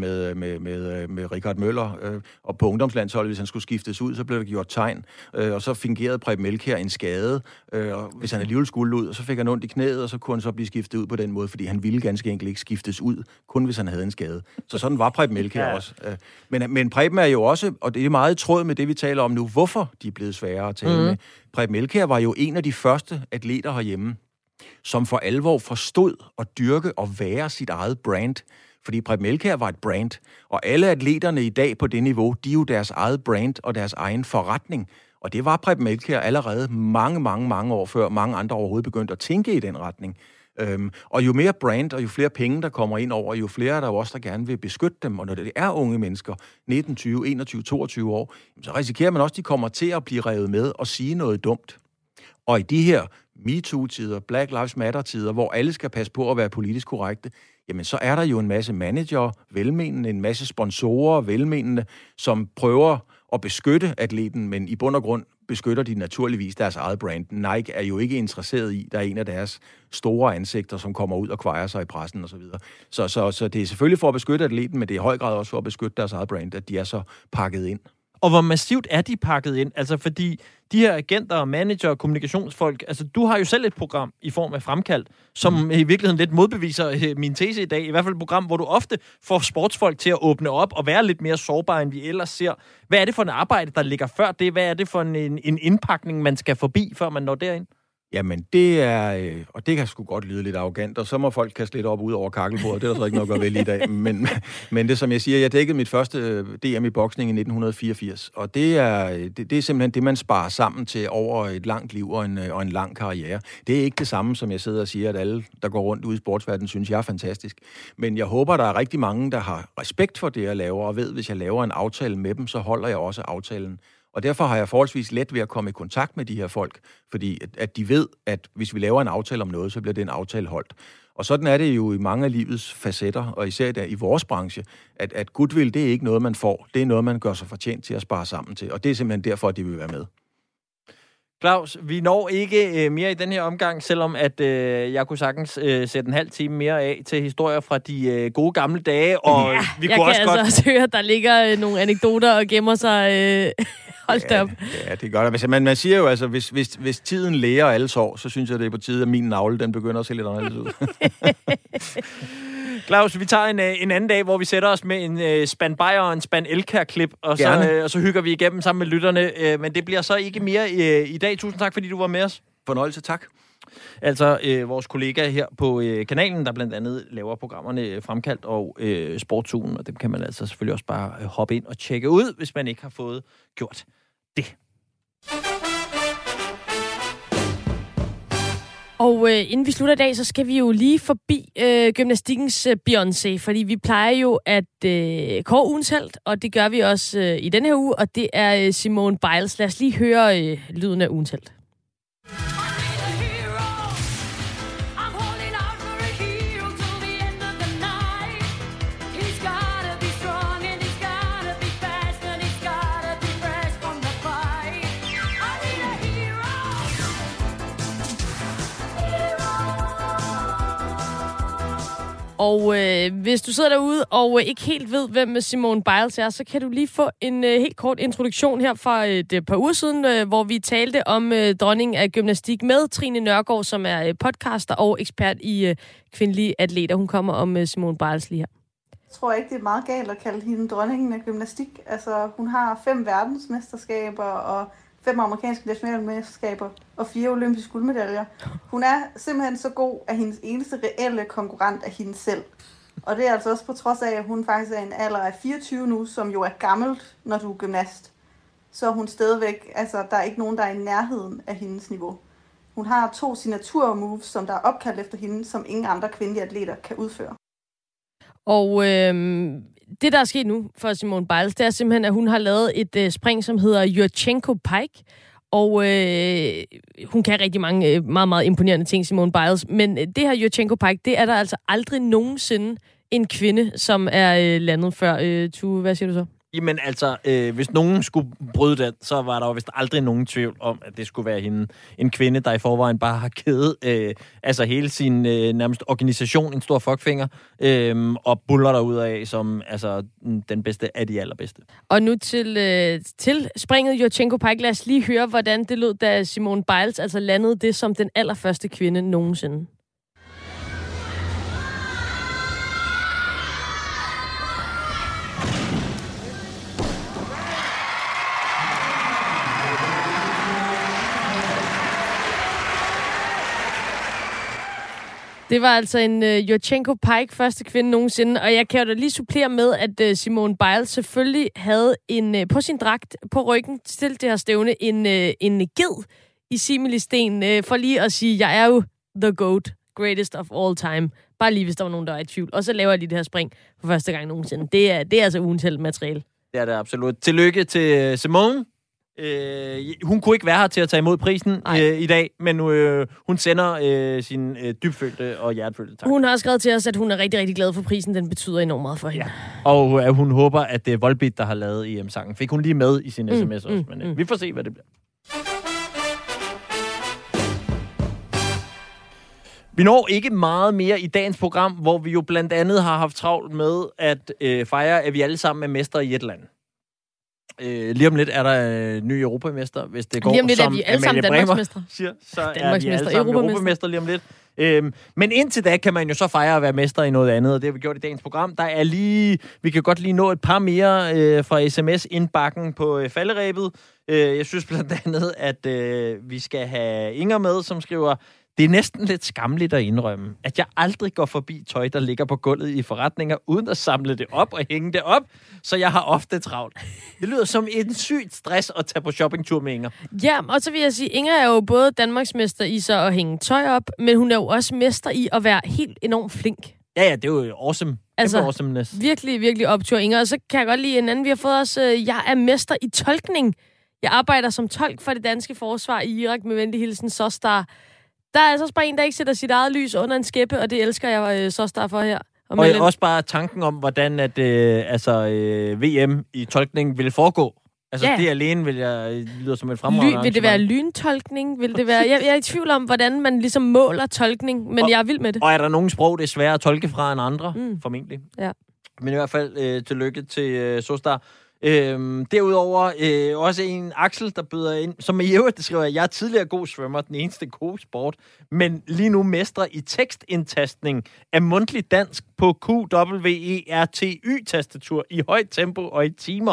med Richard Møller, og på ungdomslandsholdet, hvis han skulle skiftes ud, så blev der gjort tegn, og så fingerede Preben Elkjær en skade, og hvis han alligevel skulle ud, og så fik han ondt i knæet, og så kunne han så blive skiftet ud på den måde, fordi han ville ganske enkelt ikke skiftes ud, kun hvis han havde en skade. Så sådan var Preben Elkjær også. Men Preben er jo også, og det er meget i tråd med det, vi taler om nu, hvorfor de er blevet sværere at tale med. Preben Elkjær var jo en af de første atleter herhjemme, som for alvor forstod at dyrke og være sit eget brand. Fordi Preben Elkjær var et brand, og alle atleterne i dag på det niveau, de er jo deres eget brand og deres egen forretning. Og det var Preben Elkjær allerede mange år før mange andre overhovedet begyndte at tænke i den retning. Og jo mere brand og jo flere penge, der kommer ind over, jo flere er der jo også, der gerne vil beskytte dem. Og når det er unge mennesker, 19, 20, 21, 22 år, så risikerer man også, at de kommer til at blive revet med og sige noget dumt. Og i de her MeToo-tider, Black Lives Matter-tider, hvor alle skal passe på at være politisk korrekte, jamen så er der jo en masse manager, velmenende, en masse sponsorer, velmenende, som prøver at beskytte atleten, men i bund og grund beskytter de naturligvis deres eget brand. Nike er jo ikke interesseret i, der er en af deres store ansigter, som kommer ud og kvejer sig i pressen osv. Så det er selvfølgelig for at beskytte atleten, men det er i høj grad også for at beskytte deres eget brand, at de er så pakket ind. Og hvor massivt er de pakket ind? Altså, fordi de her agenter, manager og kommunikationsfolk, altså, du har jo selv et program i form af Fremkaldt, som i virkeligheden lidt modbeviser min tese i dag. I hvert fald et program, hvor du ofte får sportsfolk til at åbne op og være lidt mere sårbare, end vi ellers ser. Hvad er det for en arbejde, der ligger før det? Hvad er det for en indpakning, man skal forbi, før man når derind? Jamen, det er... Og det kan sgu godt lyde lidt arrogant, og så må folk kaste lidt op ud over kakkelbordet. Det er der så ikke noget at gøre vel i dag. Men det, som jeg siger, jeg dækkede mit første DM i boksning i 1984, og det er simpelthen det, man sparer sammen til over et langt liv og en lang karriere. Det er ikke det samme, som jeg sidder og siger, at alle, der går rundt ude i sportsverdenen, synes jeg er fantastisk. Men jeg håber, der er rigtig mange, der har respekt for det, jeg laver, og ved, hvis jeg laver en aftale med dem, så holder jeg også aftalen. Og derfor har jeg forholdsvis let ved at komme i kontakt med de her folk, fordi at de ved, at hvis vi laver en aftale om noget, så bliver det en aftale holdt. Og sådan er det jo i mange af livets facetter, og især der i vores branche, at goodwill, det er ikke noget, man får. Det er noget, man gør sig fortjent til at spare sammen til, og det er simpelthen derfor, at de vil være med. Claus, vi når ikke mere i den her omgang, selvom at jeg kunne sagtens sætte en halv time mere af til historier fra de gode gamle dage. Og ja, vi jeg kunne kan også altså høre, at der ligger nogle anekdoter og gemmer sig. Hold da op. Ja, det gør det. Man siger jo, altså, hvis tiden læger alle sår, så synes jeg, det er på tide, at min navle, den begynder at se lidt anderledes ud. Claus, vi tager en anden dag, hvor vi sætter os med en spand bajer og en spand Elkjær-klip, og så hygger vi igennem sammen med lytterne. Men det bliver så ikke mere i dag. Tusind tak, fordi du var med os. Fornøjelse, tak. Altså vores kollega her på kanalen, der blandt andet laver programmerne Fremkaldt og Sportsugen, og dem kan man altså selvfølgelig også bare hoppe ind og tjekke ud, hvis man ikke har fået gjort det. Og inden vi slutter i dag, så skal vi jo lige forbi gymnastikkens Beyoncé, fordi vi plejer jo at kåre ugens helt, og det gør vi også i denne her uge, og det er Simone Biles. Lad os lige høre lyden af ugens helt. Og hvis du sidder derude og ikke helt ved, hvem Simone Biles er, så kan du lige få en helt kort introduktion her fra et par uger siden, hvor vi talte om dronningen af gymnastik med Trine Nørgaard, som er podcaster og ekspert i kvindelige atleter. Hun kommer om Simone Biles lige her. Jeg tror ikke, det er meget galt at kalde hende dronningen af gymnastik. Altså, hun har 5 verdensmesterskaber og 5 amerikanske nationale mesterskaber og 4 olympiske guldmedaljer. Hun er simpelthen så god, at hendes eneste reelle konkurrent er hende selv. Og det er altså også på trods af, at hun faktisk er en alder af 24 nu, som jo er gammelt, når du er gymnast. Så er hun stadigvæk, altså der er ikke nogen, der er i nærheden af hendes niveau. Hun har 2 signaturmoves, som der er opkaldt efter hende, som ingen andre kvindelige atleter kan udføre. Og det, der er sket nu for Simone Biles, det er simpelthen, at hun har lavet et spring, som hedder Yurchenko Pike. Og hun kan rigtig mange meget, meget imponerende ting, Simone Biles. Men det her Yurchenko Pike, det er der altså aldrig nogensinde en kvinde, som er landet før. Tue, hvad siger du så? Jamen altså, hvis nogen skulle bryde den, så var der jo vist aldrig nogen tvivl om, at det skulle være hende. En kvinde, der i forvejen bare har givet altså hele sin nærmest organisation en stor fuckfinger, og buller derudad som altså den bedste af de allerbedste. Og nu til springet Yurchenko Pike. Lad os lige høre, hvordan det lød, da Simone Biles altså landede det som den allerførste kvinde nogensinde. Det var altså en Yurchenko Pike, første kvinde nogensinde, og jeg kan jo da lige supplere med, at Simone Biles selvfølgelig havde på sin dragt på ryggen til det her stævne en ged i similisten, for lige at sige, jeg er jo the GOAT, greatest of all time. Bare lige, hvis der var nogen, der var i tvivl. Og så laver jeg lige det her spring for første gang nogensinde. Det er altså ugens materiale. Det er det absolut. Tillykke til Simone. Hun kunne ikke være her til at tage imod prisen i dag, men hun sender sin dybfølte og hjertefølte tak. Hun har skrevet til os, at hun er rigtig, rigtig glad for prisen. Den betyder enormt meget for hende. Ja. Og at hun håber, at det er Volbeat, der har lavet EM-sangen. Fik hun lige med i sin sms også, men vi får se, hvad det bliver. Vi når ikke meget mere i dagens program, hvor vi jo blandt andet har haft travlt med at fejre, at vi alle sammen er mestre i et land. Lige om lidt er der ny europamester, hvis det går, som Amalie Bremer siger, så er vi alle sammen europamester lige om lidt. Men indtil da kan man jo så fejre at være mester i noget andet, og det har vi gjort i dagens program. Der er vi kan godt lige nå et par mere fra sms-indbakken på falderæbet. Jeg synes blandt andet, at vi skal have Inger med, som skriver: det er næsten lidt skamligt at indrømme, at jeg aldrig går forbi tøj, der ligger på gulvet i forretninger, uden at samle det op og hænge det op, så jeg har ofte travlt. Det lyder som en sygt stress at tage på shoppingtur med Inger. Ja, og så vil jeg sige, Inger er jo både Danmarksmester i så at hænge tøj op, men hun er jo også mester i at være helt enormt flink. Ja, det er jo awesome. Altså, awesomeness. Virkelig, virkelig optur, Inger. Og så kan jeg godt lide en anden. Vi har fået os, jeg er mester i tolkning. Jeg arbejder som tolk for det danske forsvar i Irak med venlig hilsen, Sostar. Der er altså bare en, der ikke sætter sit eget lys under en skæppe, og det elsker jeg Sostar for her. Og også bare tanken om, hvordan at, VM i tolkning ville foregå. Altså, det alene lyder som et fremragende Vil det være lyntolkning? Vil det være... Jeg er i tvivl om, hvordan man ligesom måler tolkning, men jeg er vild med det. Og er der nogle sprog, det er sværere at tolke fra end andre? Formentlig. Ja. Men i hvert fald tillykke til Sostar. Derudover også en Axel, der byder ind, som i øvrigt skriver, at jeg er tidligere god svømmer, den eneste gode sport, men lige nu mestre i tekstindtastning af mundtlig dansk på QWERTY-tastatur i højt tempo og i timer.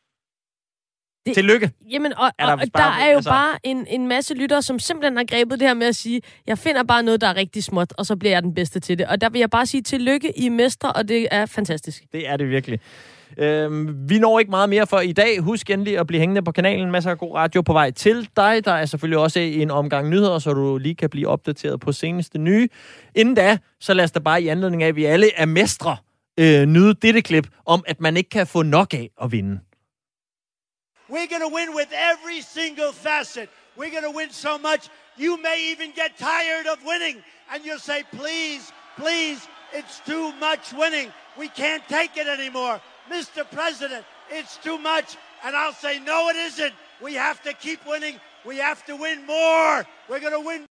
Tillykke. Jamen, og der er jo bare en masse lyttere, som simpelthen har grebet det her med at sige, jeg finder bare noget, der er rigtig småt, og så bliver jeg den bedste til det. Og der vil jeg bare sige tillykke, I mestre, og det er fantastisk. Det er det virkelig. Vi når ikke meget mere for i dag. Husk endelig at blive hængende på kanalen. Masser af god radio på vej til dig. Der er selvfølgelig også en omgang nyheder, så du lige kan blive opdateret på seneste nye. Inden da, så lad os da bare i anledning af, at vi alle er mestre, nyde dette klip om, at man ikke kan få nok af at vinde. We're going to win with every single facet. We're going to win so much, you may even get tired of winning. And you'll say, please, please, it's too much winning. We can't take it anymore. Mr. President, it's too much. And I'll say, no, it isn't. We have to keep winning. We have to win more. We're going to win